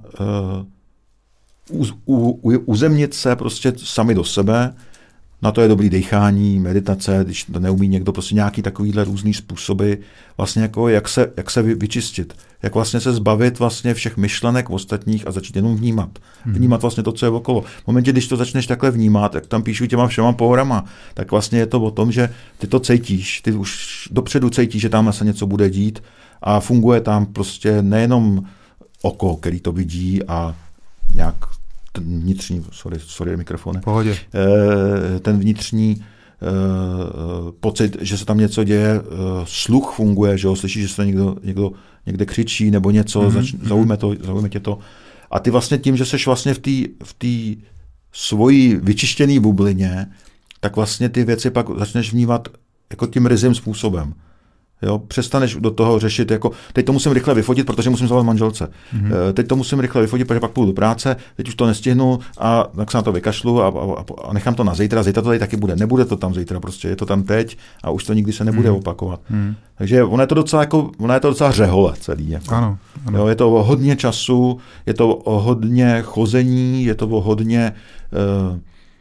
uh, uz, u, u, uzemnit se prostě sami do sebe. Na to je dobrý dechání, meditace, když to neumí někdo, prostě nějaký takovýhle různý způsoby, vlastně jako jak se, jak se vyčistit, jak vlastně se zbavit vlastně všech myšlenek ostatních a začít jenom vnímat. Vnímat vlastně to, co je okolo. V momentě, když to začneš takhle vnímat, jak tam píšu těma všema pohorama, tak vlastně je to o tom, že ty to cítíš, ty už dopředu cítíš, že tam se něco bude dít a funguje tam prostě nejenom oko, který to vidí a nějak ten vnitřní, sorry, sorry mikrofony, pohodě. Ten vnitřní uh, pocit, že se tam něco děje, uh, sluch funguje, že jo, slyšíš, že se někdo, někdo někde křičí nebo něco, mm-hmm. zač, zaujme, to, zaujme tě to. A ty vlastně tím, že seš vlastně v té v té svojí vyčištěné bublině, tak vlastně ty věci pak začneš vnímat jako tím ryzím způsobem. Jo, přestaneš do toho řešit, jako teď to musím rychle vyfotit, protože musím zavolat manželce. Mm-hmm. Teď to musím rychle vyfotit, protože pak půjdu do práce, teď už to nestihnu a tak se na to vykašlu a, a, a nechám to na zítra. Zítra to tady taky bude. Nebude to tam zítra, prostě je to tam teď a už to nikdy se nebude mm-hmm. opakovat. Mm-hmm. Takže ono je to docela jako, ono je to docela řehole celý. Jako. Ano, ano. Jo, je to o hodně času, je to o hodně chození, je to o hodně uh,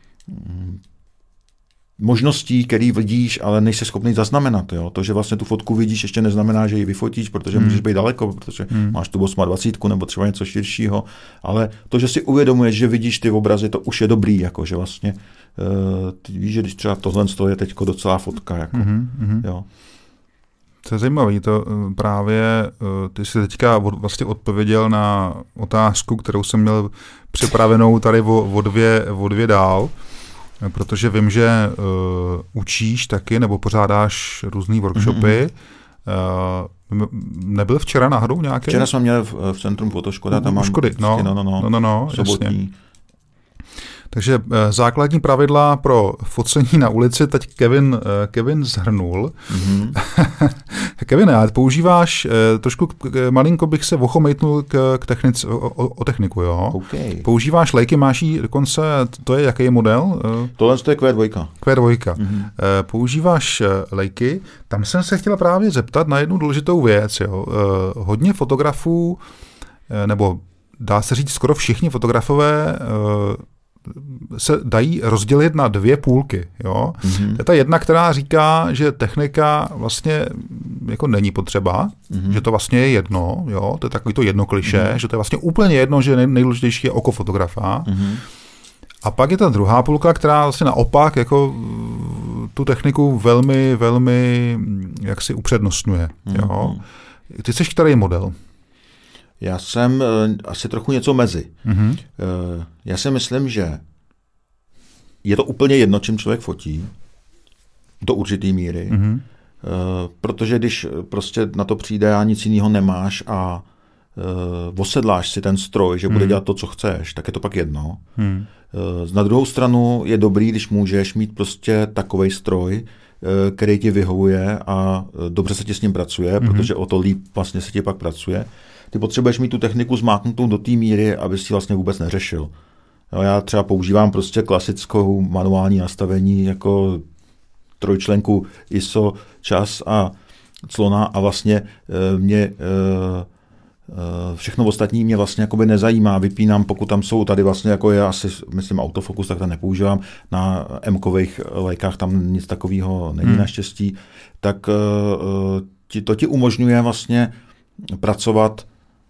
možností, který vidíš, ale nejsi schopný zaznamenat. Jo? To, že vlastně tu fotku vidíš, ještě neznamená, že ji vyfotíš, protože hmm. můžeš být daleko, protože hmm. máš tu dvacet osm nebo třeba něco širšího, ale to, že si uvědomuješ, že vidíš ty obrazy, to už je dobrý, jako, že vlastně uh, ty víš, že když třeba tohle je teď docela fotka. Jako, hmm. jo. To je zajímavé, to právě ty jsi teďka vlastně odpověděl na otázku, kterou jsem měl připravenou tady o, o, dvě, o dvě dál, protože vím, že uh, učíš taky, nebo pořádáš různý workshopy. Mm-hmm. Uh, nebyl včera náhodou nějaký? Včera jsme měli v, v centrum Fotoškoda, tam mám Škody, no, no, no, no, no, no, no sobotní. Jasně. Takže základní pravidla pro focení na ulici teď Kevin, Kevin zhrnul. Mm-hmm. Kevin, já používáš, trošku malinko bych se ochomejtnul k, k technic, o, o techniku, jo? Okay. Používáš lejky, máš jí dokonce, to je jaký model? Tohle je Q dva. Q dva. Mm-hmm. Používáš lejky, tam jsem se chtěl právě zeptat na jednu důležitou věc, jo? Hodně fotografů, nebo dá se říct skoro všichni fotografové, se dají rozdělit na dvě půlky. Jo? Mm-hmm. To je ta jedna, která říká, že technika vlastně jako není potřeba, mm-hmm. že to vlastně je jedno, jo? To je takový to jedno klišé, mm-hmm. že to je vlastně úplně jedno, že nej- nejdůležitější je oko fotografa. Mm-hmm. A pak je ta druhá půlka, která vlastně naopak jako tu techniku velmi, velmi jaksi upřednostňuje. Mm-hmm. Jo? Ty jsi který model? Já jsem uh, asi trochu něco mezi. Mm-hmm. Uh, já si myslím, že je to úplně jedno, čím člověk fotí, do určitý míry, mm-hmm. uh, protože když prostě na to přijde a nic jiného nemáš a uh, osedláš si ten stroj, že bude mm. dělat to, co chceš, tak je to pak jedno. Mm. Uh, na druhou stranu je dobrý, když můžeš mít prostě takovej stroj, uh, který ti vyhovuje a uh, dobře se ti s ním pracuje, mm. protože o to líp vlastně se ti pak pracuje. Ty potřebuješ mít tu techniku zmáknutou do té míry, aby si vlastně vůbec neřešil. No, já třeba používám prostě klasickou manuální nastavení jako trojčlenku I S O, čas a clona a vlastně uh, mě uh, všechno ostatní mě vlastně jakoby nezajímá, vypínám, pokud tam jsou tady vlastně, jako je asi, myslím, autofokus, tak to nepoužívám, na M-kových lajkách tam nic takového není hmm. naštěstí, tak uh, to ti umožňuje vlastně pracovat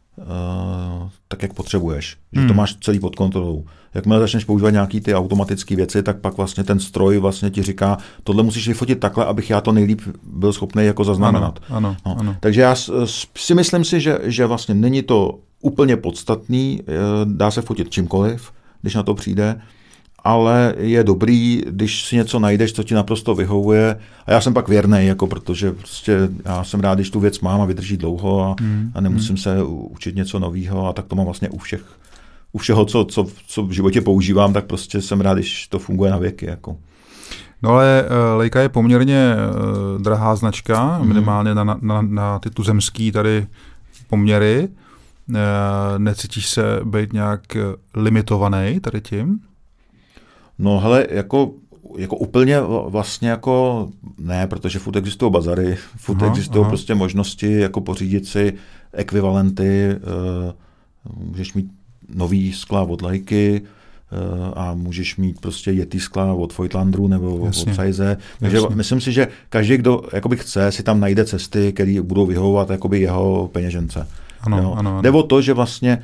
uh, tak, jak potřebuješ, že hmm. to máš celý pod kontrolou. Jakmile začneš používat nějaký ty automatické věci, tak pak vlastně ten stroj vlastně ti říká, tohle musíš vyfotit takhle, abych já to nejlíp byl schopný jako zaznamenat. Ano, ano, no. ano. Takže já si myslím si, že, že vlastně není to úplně podstatný, dá se fotit čímkoliv, když na to přijde, ale je dobrý, když si něco najdeš, co ti naprosto vyhovuje. A já jsem pak věrnej, jako protože prostě já jsem rád, když tu věc mám a vydrží dlouho a, hmm. a nemusím hmm. se učit něco nového a tak to mám vlastně u všech U všeho, co, co, co v životě používám, tak prostě jsem rád, když to funguje na věky. Jako. No ale uh, Leica je poměrně uh, drahá značka, mm. minimálně na, na, na ty tuzemský tady poměry. Uh, necítíš se být nějak limitovaný tady tím? No hele, jako, jako úplně vlastně jako ne, protože furt existují bazary, furt aha, existují aha. prostě možnosti jako pořídit si ekvivalenty, uh, můžeš mít nový skla od Leiky uh, a můžeš mít prostě Yeti skla od Voigtlanderu nebo jasně, od Zeiss. Takže jasně. myslím si, že každý, kdo jakoby chce, si tam najde cesty, které budou vyhovovat jakoby jeho peněžence. Ano, ano, ano. Jde o to, že vlastně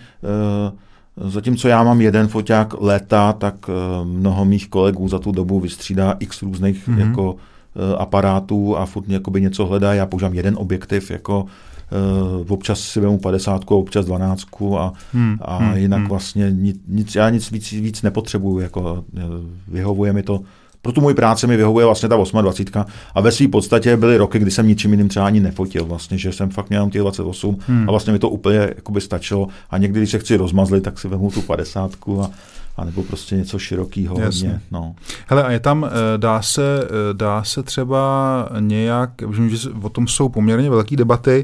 uh, zatímco já mám jeden foťák léta, tak uh, mnoho mých kolegů za tu dobu vystřídá x různých mm-hmm. jako, uh, aparátů a furt jakoby něco hledá. Já používám jeden objektiv jako Uh, občas si vemu padesátku, občas dvanáctku a, hmm, a hmm, jinak hmm. vlastně nic, já nic víc, víc nepotřebuju, jako vyhovuje mi to, pro tu moji práci mi vyhovuje vlastně ta dvacet osm a ve své podstatě byly roky, kdy jsem ničím jiným třeba ani nefotil vlastně, že jsem fakt měl těch dvacet osm hmm. a vlastně mi to úplně jakoby stačilo a někdy, když se chci rozmazlit, tak si vemu tu padesátku a a nebo prostě něco širokýho. Hodně, no. Hele, a je tam, dá se, dá se třeba nějak, že o tom jsou poměrně velké debaty,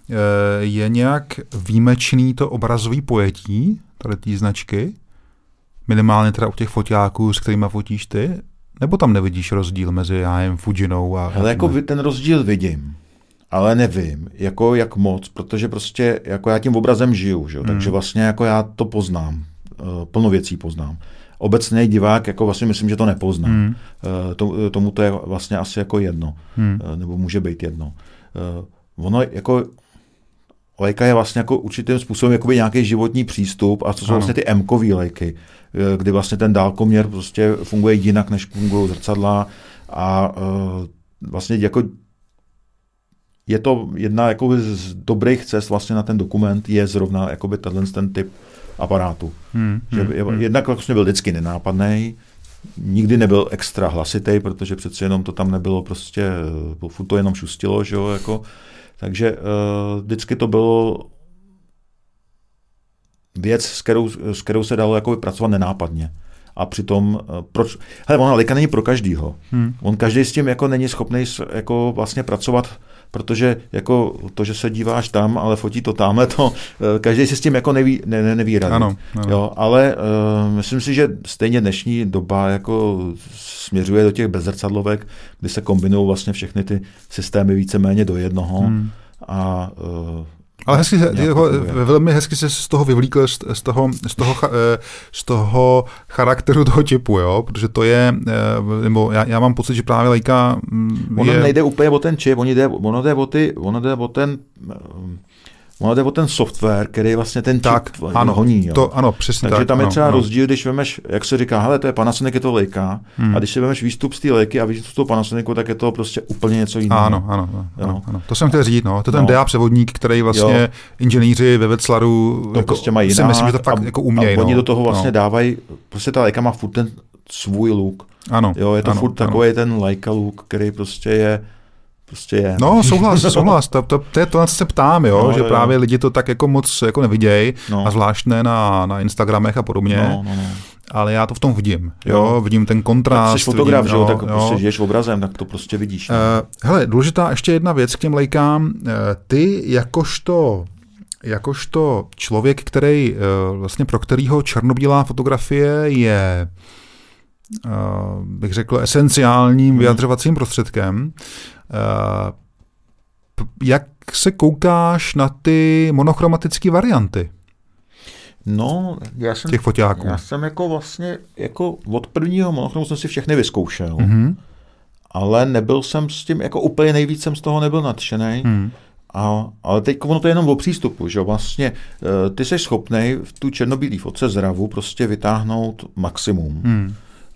je nějak výjimečný to obrazový pojetí tady té značky? Minimálně teda u těch foťáků, s kterýma fotíš ty? Nebo tam nevidíš rozdíl mezi já jen Fujinou a... Hele, jako ten rozdíl vidím, ale nevím, jako jak moc, protože prostě jako já tím obrazem žiju, že? Hmm. Takže vlastně jako já to poznám. Plno věcí poznám. Obecný divák, jako vlastně myslím, že to nepoznám. Hmm. To, tomu to je vlastně asi jako jedno. Hmm. Nebo může být jedno. Ono jako Leica je vlastně jako určitým způsobem jakoby nějaký životní přístup a to jsou ano. vlastně ty M-kový Leiky, kdy vlastně ten dálkoměr prostě funguje jinak, než fungují zrcadla a vlastně jako je to jedna jako z dobrých cest vlastně na ten dokument je zrovna jakoby tenhle ten typ aparátu. Hmm, že hmm, jednak vlastně byl vždycky nenápadný, nikdy nebyl extra hlasitý, protože přece jenom to tam nebylo prostě, furt to jenom šustilo, že jo, jako, takže uh, vždycky to bylo věc, s kterou, s kterou se dalo jakoby pracovat nenápadně. A přitom, uh, proč, hele, ona Leica není pro každýho. Hmm. On každý s tím jako není schopný jako vlastně pracovat, protože jako to, že se díváš tam, ale fotí to tamhle, to každý si s tím jako neví, ne, ne, neví rady. Ano, ano. Jo, ale uh, myslím si, že stejně dnešní doba jako směřuje do těch bezzrcadlovek, kdy se kombinují vlastně všechny ty systémy víceméně do jednoho hmm. a uh, ale hezky se, jako, velmi hezky se z toho vyvlíkl, z, z, toho, z, toho, z toho charakteru toho čipu, jo? Protože to je, nebo já, já mám pocit, že právě Leica je... Ono nejde úplně o ten čip, ono jde, ono jde, o, ty, ono jde o ten ono jde o ten software, který vlastně ten tak, čip ano, honí. Jo. To, ano, přesně Takže tak, tam je ano, třeba ano. rozdíl, když vemeš, jak se říká, hele, to je Panasonic, je to Leica, hmm. a když si vemeš výstup z té Leiky a výstup z toho Panasonicu, tak je to prostě úplně něco jiného. Ano, ano, ano, ano. To jsem chtěl říct, no. To je ten no. D A převodník, který vlastně jo. inženýři ve Wetzlaru to jako, prostě mají si jinak, myslím, že to fakt a, jako umějí. A oni no. do toho vlastně no. dávají, prostě ta Leica má furt ten svůj look. Ano. Jo, je to ano, furt takový ten Leica look, který prostě je Prostě je. No, souhlas, souhlas. To, to, to je to, na co se ptám, jo, no, že jo, právě jo. lidi to tak jako moc jako nevidějí, no. a zvlášť ne na, na Instagramech a podobně, no, no, no. ale já to v tom vidím, jo, jo. vidím ten kontrast. Jsi fotograf, vidím, že jo, tak jo. prostě žiješ obrazem, tak to prostě vidíš. Uh, hele, důležitá ještě jedna věc k těm Leikám. Uh, ty jakožto, jakožto člověk, který, uh, vlastně pro kterýho černobílá fotografie je Uh, bych řekl, esenciálním hmm. vyjadřovacím prostředkem. Uh, jak se koukáš na ty monochromatické varianty? No, já jsem, těch foťáků. Já jsem jako vlastně, jako od prvního monochromu jsem si všechny vyzkoušel, mm-hmm. ale nebyl jsem s tím, jako úplně nejvíc jsem z toho nebyl nadšenej. Mm. A, ale teď ono to je jenom o přístupu, že vlastně ty jsi schopnej v tu černobílý fotce z ravu prostě vytáhnout maximum. Mm.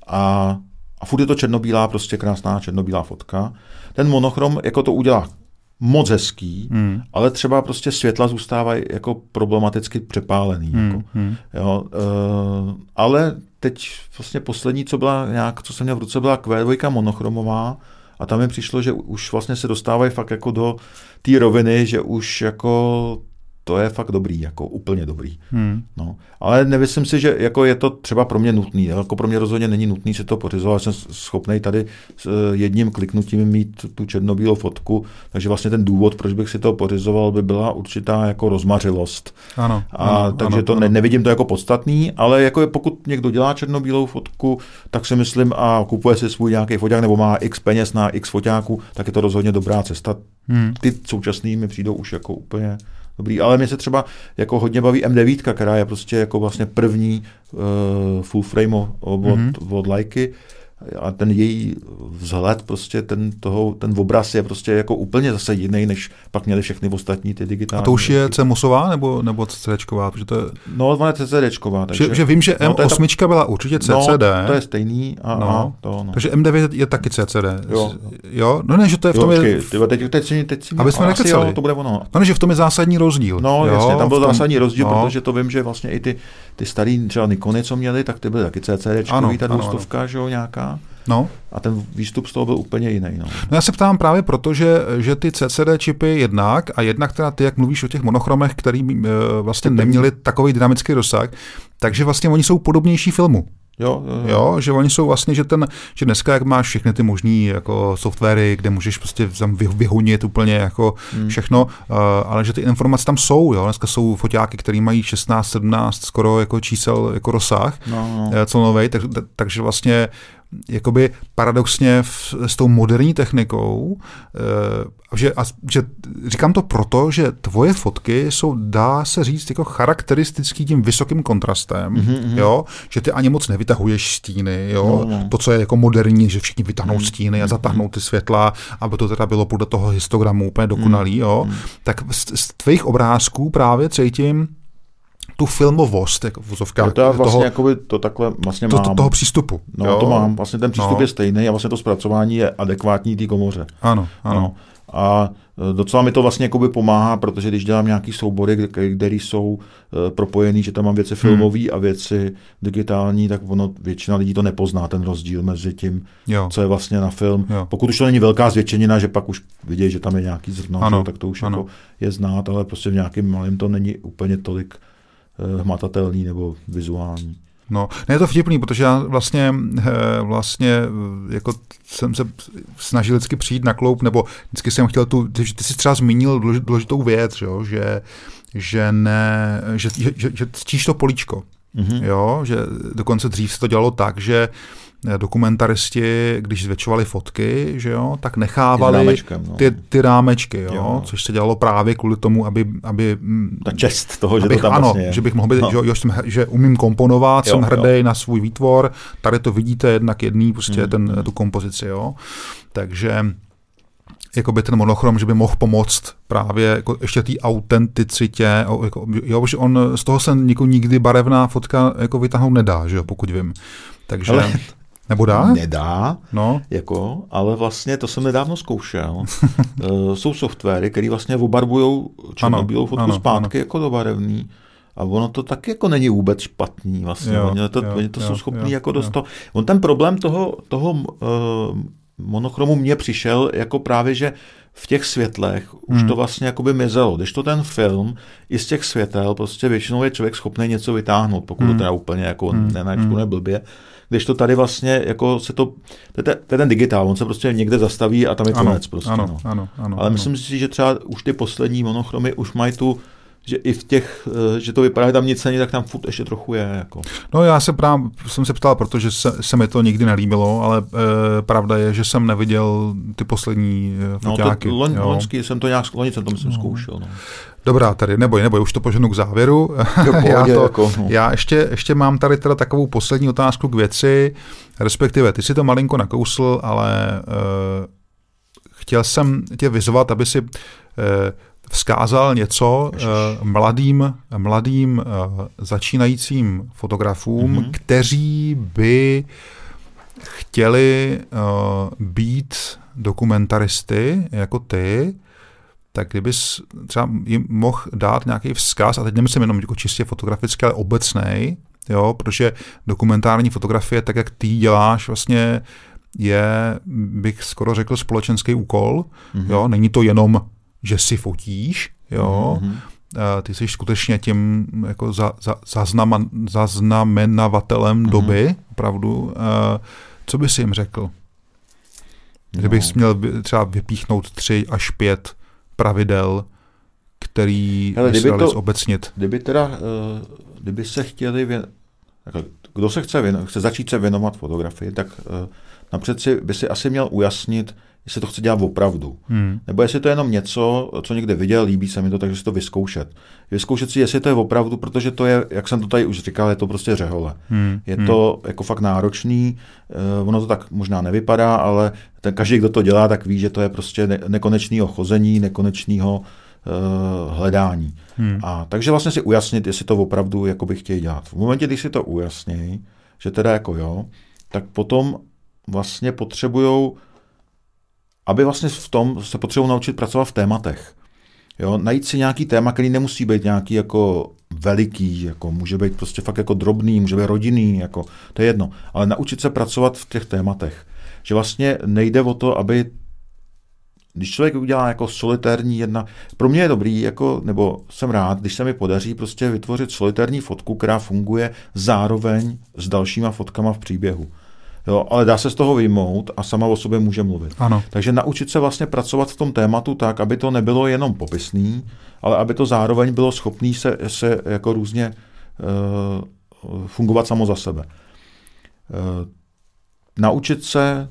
A, a furt je to černobílá, prostě krásná černobílá fotka. Ten monochrom jako to udělá moc hezký, hmm. ale třeba prostě světla zůstávají jako problematicky přepálený. Hmm. Jako. Hmm. Jo, uh, ale teď vlastně poslední, co byla nějak, co jsem měl v ruce, byla Q dva monochromová a tam mi přišlo, že už vlastně se dostávají fakt jako do té roviny, že už jako to je fakt dobrý, jako úplně dobrý. Hmm. No. Ale nemyslím si, že jako je to třeba pro mě nutný. Jako pro mě rozhodně není nutný si to pořizovat. Jsem schopnej tady s jedním kliknutím mít tu černobílou fotku, takže vlastně ten důvod, proč bych si to pořizoval, by byla určitá jako rozmařilost. Ano, a ano, takže ano, to ano. Ne, nevidím to jako podstatný, ale jako pokud někdo dělá černobílou fotku, tak si myslím a kupuje si svůj nějaký foťák nebo má x peněz na x foťáků, tak je to rozhodně dobrá cesta. Hmm. Ty současný mi přijdou už jako úplně dobrý, ale mě se třeba jako hodně baví M devět, která je prostě jako vlastně první uh, full frame od, mm-hmm. od Leiky a ten její vzhled, prostě ten, toho, ten obraz je prostě jako úplně zase jiný, než pak měli všechny ostatní ty digitální. A to už je CMOSová nebo, nebo CCDčková? Protože to je... No, ona je CCDčková. Takže... Že, že vím, že M osm no, ta... byla určitě C C D. No, to je stejný. A, no. a to, no. Takže M devět je taky C C D. Jo. jo? No ne, že to je v tom jo, je... Počkej, teď, teď si, teď si aby jsme nekecali. To bude ono. No ne, že v tom je zásadní rozdíl. No, jo, jasně, tam byl tom... zásadní rozdíl, no. protože to vím, že vlastně i ty, ty starý třeba Nikony, co měli, tak ty byly taky CCDčkový, ta dvoustovka, že jo, nějaká. No. A ten výstup z toho byl úplně jiný. No. no já se ptám právě proto, že, že ty C C D čipy jednak a jednak teda ty, jak mluvíš o těch monochromech, který e, vlastně neměli takový dynamický rozsah, takže vlastně oni jsou podobnější filmu. Jo, jo, jo. jo, že oni jsou vlastně, že ten, že dneska jak máš všechny ty možný jako softwary, kde můžeš prostě tam vyhonit úplně jako hmm. všechno, uh, ale že ty informace tam jsou, jo, dneska jsou foťáky, které mají šestnáct, sedmnáct skoro jako čísel jako rozsah, no, no. celovej, tak, takže vlastně jakoby paradoxně v, s tou moderní technikou, e, že, a, že říkám to proto, že tvoje fotky jsou, dá se říct, jako charakteristický tím vysokým kontrastem, mm-hmm. jo, že ty ani moc nevytahuješ stíny, jo, no, no. to, co je jako moderní, že všichni vytáhnou mm-hmm. stíny a zatáhnou ty světla, aby to teda bylo podle toho histogramu úplně dokonalý, jo, mm-hmm. tak z, z tvých obrázků právě cítím tu filmovost, jako v vozovkách. To já vlastně toho, jakoby to takhle vlastně to, mám. To, toho přístupu. No, jo? to mám. Vlastně ten přístup no. je stejný a vlastně to zpracování je adekvátní té komoře. Ano, ano. No. A docela mi to vlastně jakoby pomáhá, protože když dělám nějaký soubory, které jsou uh, propojený, že tam mám věci filmové hmm. a věci digitální, tak ono většina lidí to nepozná, ten rozdíl mezi tím, jo. co je vlastně na film. Jo. Pokud už to není velká zvětšenina, že pak už vidějí, že tam je nějaký zrno, ano, tak to už jako je znát, ale prostě v nějakým malém to není úplně tolik hmatatelný nebo vizuální. No, ne, je to vtipný, protože já vlastně, vlastně jako jsem se snažil vždycky přijít na kloup, nebo vždycky jsem chtěl tu, ty jsi třeba zmínil důležitou věc, jo, že, že ne, že, že, že, že ctíš to políčko, mm-hmm. jo, že dokonce dřív se to dělalo tak, že dokumentaristi, když zvětšovali fotky, že jo, tak nechávali rámečkem, no. ty, ty rámečky, jo, jo, což se dělalo právě kvůli tomu, aby... aby ta čest toho, že abych, to tam ano, vlastně je. že bych mohl být, no. že, jo, jsem, že umím komponovat, jo, jsem hrdý jo. na svůj výtvor, tady to vidíte jednak jedný, prostě hmm. ten, tu kompozici, jo, takže jakoby ten monochrom, že by mohl pomoct právě jako ještě té autenticitě, jako, jo, že on z toho se jako nikdy barevná fotka jako vytáhnout nedá, že jo, pokud vím. Takže... Ale... Nebo dá? Nedá, no. Jako, ale vlastně to jsem nedávno zkoušel. uh, jsou softwary, které vlastně obarvujou černobílou fotku ano, zpátky ano. jako do barevný. A ono to taky jako není vůbec špatný. Vlastně. Jo, oni to, jo, oni to jo, jsou schopní jo, jako dostat. On ten problém toho, toho uh, monochromu mně přišel jako právě, že v těch světlech hmm. už to vlastně jakoby mizelo. Když to ten film i z těch světel, prostě většinou je člověk schopný něco vytáhnout, pokud hmm. to teda úplně jako hmm. nenačkune blbě. Když to tady vlastně jako se to, to je ten digitál, on se prostě někde zastaví a tam je konec prostě. Ano, no. ano, ano, Ale ano. myslím si, že třeba už ty poslední monochromy už mají tu, že i v těch, že to vypadá, že tam nic není, tak tam furt ještě trochu je. Jako. No já se právě, jsem se ptal, protože se, se mi to nikdy nelíbilo, ale e, pravda je, že jsem neviděl ty poslední foťáky. No to loň, loňský jsem to nějak, loni jsem to myslím no. zkoušel. No. Dobrá, tady neboj, neboj, už to poženu k závěru. Pohodě, já, to, jako, no. já ještě, ještě mám tady teda takovou poslední otázku k věci, respektive ty si to malinko nakousl, ale e, chtěl jsem tě vyzvat, aby si e, vzkázal něco e, mladým, mladým e, začínajícím fotografům, mm-hmm. kteří by chtěli e, být dokumentaristy jako ty, tak kdybys třeba jim mohl dát nějaký vzkaz, a teď nemyslím jenom jako čistě fotografický, ale obecnej, jo, protože dokumentární fotografie, tak jak ty děláš, vlastně je, bych skoro řekl, společenský úkol. Mm-hmm. Jo, není to jenom, že si fotíš, jo, mm-hmm. ty jsi skutečně tím jako za, za, zaznama, zaznamenavatelem mm-hmm. doby, opravdu. Co bys jim řekl? Kdybych no. měl třeba vypíchnout tři až pět pravidel, který by se dali zobecnit. Kdyby teda, kdyby se chtěli, věn, kdo se chce, věn, chce začít se věnovat fotografii, tak napřed si, by si asi měl ujasnit, jestli to chce dělat opravdu. Hmm. Nebo jestli to je jenom něco, co někde viděl, líbí se mi to, takže si to vyzkoušet. Vyzkoušet si, jestli to je opravdu, protože to je, jak jsem to tady už říkal, je to prostě řehole. Hmm. Je to hmm. jako fakt náročný, ono to tak možná nevypadá, ale ten, každý, kdo to dělá, tak ví, že to je prostě ne, nekonečného chození, nekonečného uh, hledání. Hmm. A takže vlastně si ujasnit, jestli to opravdu jakoby chtějí dělat. V momentě, když si to ujasní, že teda jako jo, tak potom vlastně potřebujou, aby vlastně v tom se potřebují naučit pracovat v tématech. Jo, najít si nějaký téma, který nemusí být nějaký jako veliký, jako může být prostě fakt jako drobný, může být rodinný, jako to je jedno, ale naučit se pracovat v těch tématech. Že vlastně nejde o to, aby když člověk udělá jako solitérní jedna, pro mě je dobrý, jako, nebo jsem rád, když se mi podaří prostě vytvořit solitérní fotku, která funguje zároveň s dalšíma fotkama v příběhu. Jo, ale dá se z toho vyjmout a sama o sobě může mluvit. Ano. Takže naučit se vlastně pracovat v tom tématu tak, aby to nebylo jenom popisný, ale aby to zároveň bylo schopné se, se jako různě uh, fungovat samo za sebe. Uh, naučit se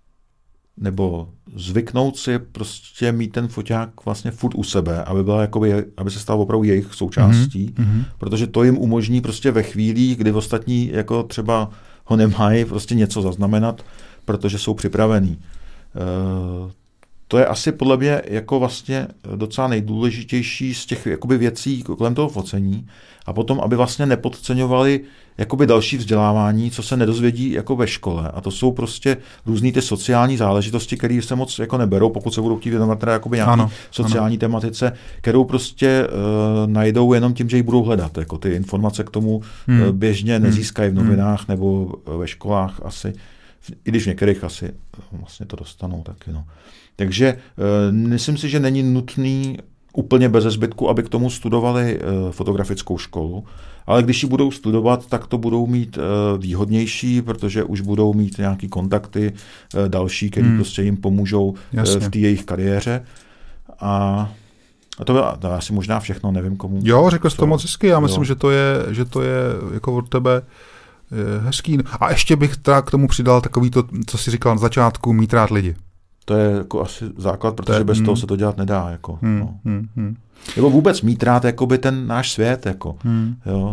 nebo zvyknout si prostě mít ten foťák vlastně furt u sebe, aby, byla jakoby, aby se stal opravdu jejich součástí, mm-hmm. protože to jim umožní prostě ve chvíli, kdy ostatní jako třeba ho nemají prostě něco zaznamenat, protože jsou připravený. E, to je asi podle mě jako vlastně docela nejdůležitější z těch jakoby věcí kolem toho focení a potom, aby vlastně nepodceňovali jakoby další vzdělávání, co se nedozvědí jako ve škole. A to jsou prostě různý ty sociální záležitosti, které se moc jako neberou, pokud se budou chtít věnovat teda jakoby nějaký ano, sociální ano. tematice, kterou prostě uh, najdou jenom tím, že ji budou hledat. Jako ty informace k tomu hmm. uh, běžně nezískají v novinách hmm. nebo ve školách asi. I když v některých asi vlastně to dostanou taky. No. Takže uh, myslím si, že není nutný úplně beze zbytku, aby k tomu studovali uh, fotografickou školu, ale když ji budou studovat, tak to budou mít uh, výhodnější, protože už budou mít nějaký kontakty uh, další, který hmm. prostě jim pomůžou uh, v té jejich kariéře. A, a to bylo to asi možná všechno, nevím komu. Jo, řekl jsi to moc hezky, já myslím, že to je, že to je jako od tebe hezký. A ještě bych teda k tomu přidal takový to, co jsi říkal na začátku, mít rád lidi. To je jako asi základ, protože to je, bez hmm. toho se to dělat nedá. Jako, hmm, no. hmm, hmm. Nebo vůbec mít rád jakoby ten náš svět. Jako, hmm. jo.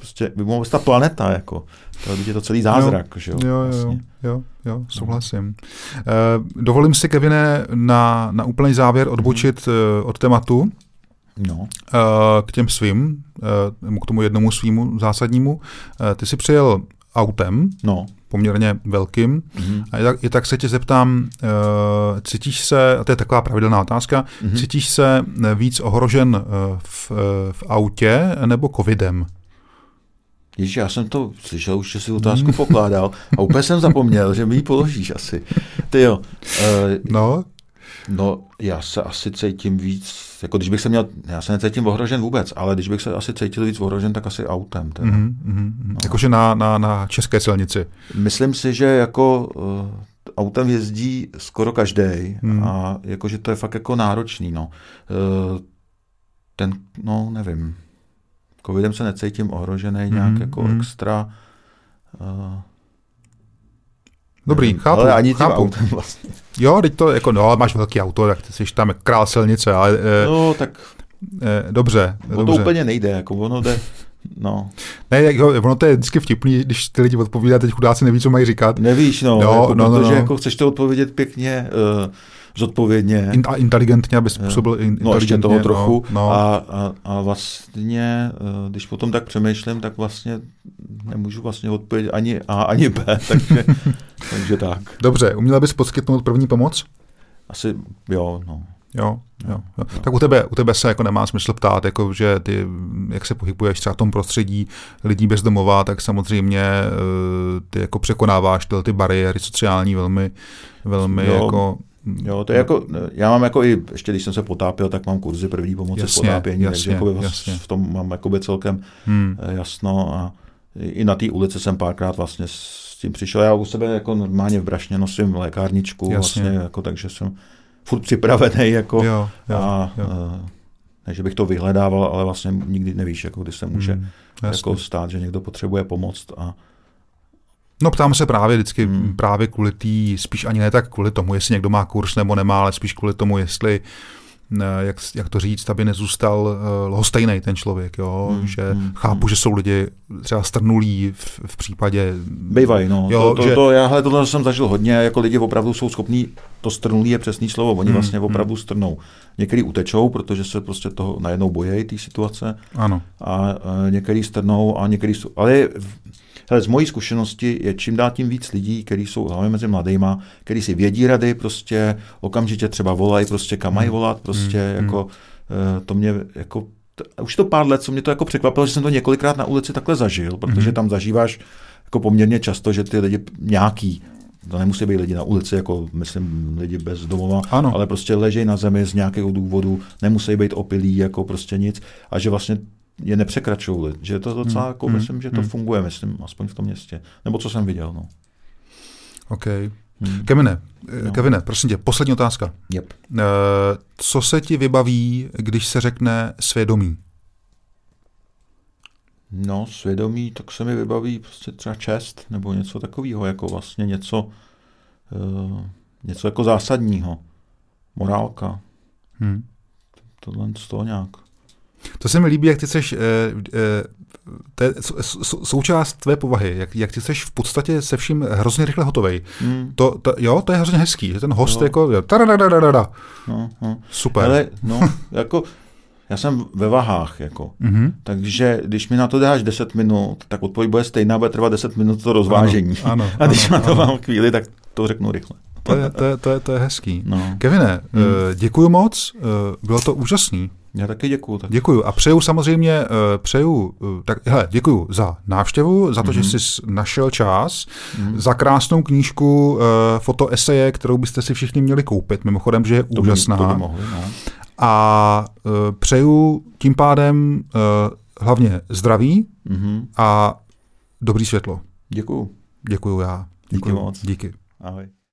prostě by mohla být ta planeta, jako. To je to celý zázrak, jo, že jo. Jo, jo, vlastně. jo, jo, souhlasím. Uh, dovolím si, Kevine, na, na úplný závěr odbočit uh, od tématu no. uh, k těm svým, uh, k tomu jednomu svýmu zásadnímu. Uh, ty jsi přijel autem, no. poměrně velkým. Mm-hmm. A i tak, i tak se tě zeptám, uh, cítíš se, a to je taková pravidelná otázka, mm-hmm. cítíš se víc ohrožen uh, v, uh, v autě nebo covidem? Ježiš, já jsem to slyšel už, že si otázku mm. pokládal a úplně jsem zapomněl, že mi ji položíš asi. Ty jo. Uh, no? No, já se asi cítím víc, jako když bych se měl, já se necítím ohrožen vůbec, ale když bych se asi cítil víc ohrožen, tak asi autem. Teda. Mm, mm, no. Jakože na, na, na české silnici. Myslím si, že jako uh, autem jezdí skoro každej mm. a jakože to je fakt jako náročný, no. Uh, ten, no, nevím. Covidem se necítím ohrožený mm, nějak jako mm. extra. Uh, Dobrý, nevím, chápu. Ale ani tím chápu. autem vlastně. Jo, teď to jako, no, máš velký auto, tak ty jsi tam král silnice, ale... Eh, no, tak... Eh, dobře, no, dobře. To úplně nejde, jako ono jde... No. Ne, jako, ono to je vždycky vtipný, když ty lidi odpovídají, teď chudáci neví, co mají říkat. Nevíš, no, jo, jako, no, protože no, no. jako chceš to odpovědět pěkně, uh, zodpovědně. In, a inteligentně, aby způsobil inteligentně. No, ještě toho trochu. No, no. A, a, a vlastně, uh, když potom tak přemýšlím, tak vlastně nemůžu vlastně odpovědět ani A, ani B, takže, takže tak. Dobře, uměla bys poskytnout první pomoc? Asi, jo, no. Jo, jo, jo. Tak u tebe, u tebe se jako nemá smysl ptát, jako, že ty, jak se pohybuješ třeba v tom prostředí lidí bezdomová, tak samozřejmě ty jako překonáváš ty, ty bariéry sociální velmi, velmi jo, jako... Jo, to je jako, já mám jako i, ještě když jsem se potápěl, tak mám kurzy první pomoci s potápění, jasně, takže jakoby jasně. v tom mám jakoby celkem hmm. jasno a i na té ulici jsem párkrát vlastně s tím přišel. Já u sebe jako normálně v Brašně nosím lékárničku, jasně. vlastně, jako, takže jsem furt připravený, jako, jo, jo, a jo. Uh, ne, že bych to vyhledával, ale vlastně nikdy nevíš, jako, kdy se může hmm, jako stát, že někdo potřebuje pomoct. A... No ptám se právě vždycky hmm. právě kvůli tý, spíš ani ne tak kvůli tomu, jestli někdo má kurz nebo nemá, ale spíš kvůli tomu, jestli Jak, jak to říct, aby nezůstal uh, lhostejnej ten člověk, jo? Hmm, že hmm, chápu, hmm. že jsou lidi třeba strnulí v, v případě... Bývají, no. Jo, to, to, že... to, já hele, tohle jsem zažil hodně, jako lidi opravdu jsou schopní, to strnulí je přesný slovo, oni hmm, vlastně opravdu hmm. strnou. Některý utečou, protože se prostě toho najednou bojejí, té situace. Ano. A, a některý strnou a některý jsou... Ale hele, z mojí zkušenosti je čím dál tím víc lidí, kteří jsou hlavně mezi mladýma, kteří si vědí rady, prostě okamžitě třeba volají, prostě kam mají volat, prostě hmm. jako to mě jako už to pár let, co mě to jako překvapilo, že jsem to několikrát na ulici takhle zažil, protože tam zažíváš jako poměrně často, že ty lidi nějaký, to nemusí být lidi na ulici, jako myslím lidi bez domova, ano. ale prostě ležejí na zemi z nějakého důvodu, nemusí být opilí, jako prostě nic, a že vlastně je nepřekračují, že to docela, jako hmm. myslím, že to hmm. funguje, myslím, aspoň v tom městě, nebo co jsem viděl, no. OK. Hmm. Kevine, no. Kevine, prosím tě, poslední otázka. Yep. Uh, co se ti vybaví, když se řekne svědomí? No, svědomí, tak se mi vybaví prostě třeba čest, nebo něco takového, jako vlastně něco, uh, něco jako zásadního. Morálka. Hmm. Tohle z toho nějak. To se mi líbí, jak ty seš, eh, eh, to je součást tvé povahy, jak, jak ty seš v podstatě se vším hrozně rychle hotovej. Hmm. To, to, jo, to je hrozně hezký, že ten host jo. jako no, no. super. Ale no, jako já jsem ve vahách, jako. Mm-hmm. Takže když mi na to dáš deset minut, tak odpověď bude stejná, bude trvat deset minut to rozvážení. Ano, ano, a když ano, na to ano. mám chvíli, tak to řeknu rychle. To je, to je, to je, to je hezký. No. Kevine, hmm. děkuju moc, bylo to úžasný. Já taky děkuju. Tak. Děkuju a přeju samozřejmě, přeju, tak hele, děkuju za návštěvu, za to, mm-hmm. že jsi našel čas, mm-hmm. za krásnou knížku fotoeseje, kterou byste si všichni měli koupit, mimochodem, že je to úžasná. By, to by mohli, no. A přeju tím pádem hlavně zdraví mm-hmm. a dobrý světlo. Děkuju. Děkuju já. Děkuju. Díky moc. Díky. Ahoj.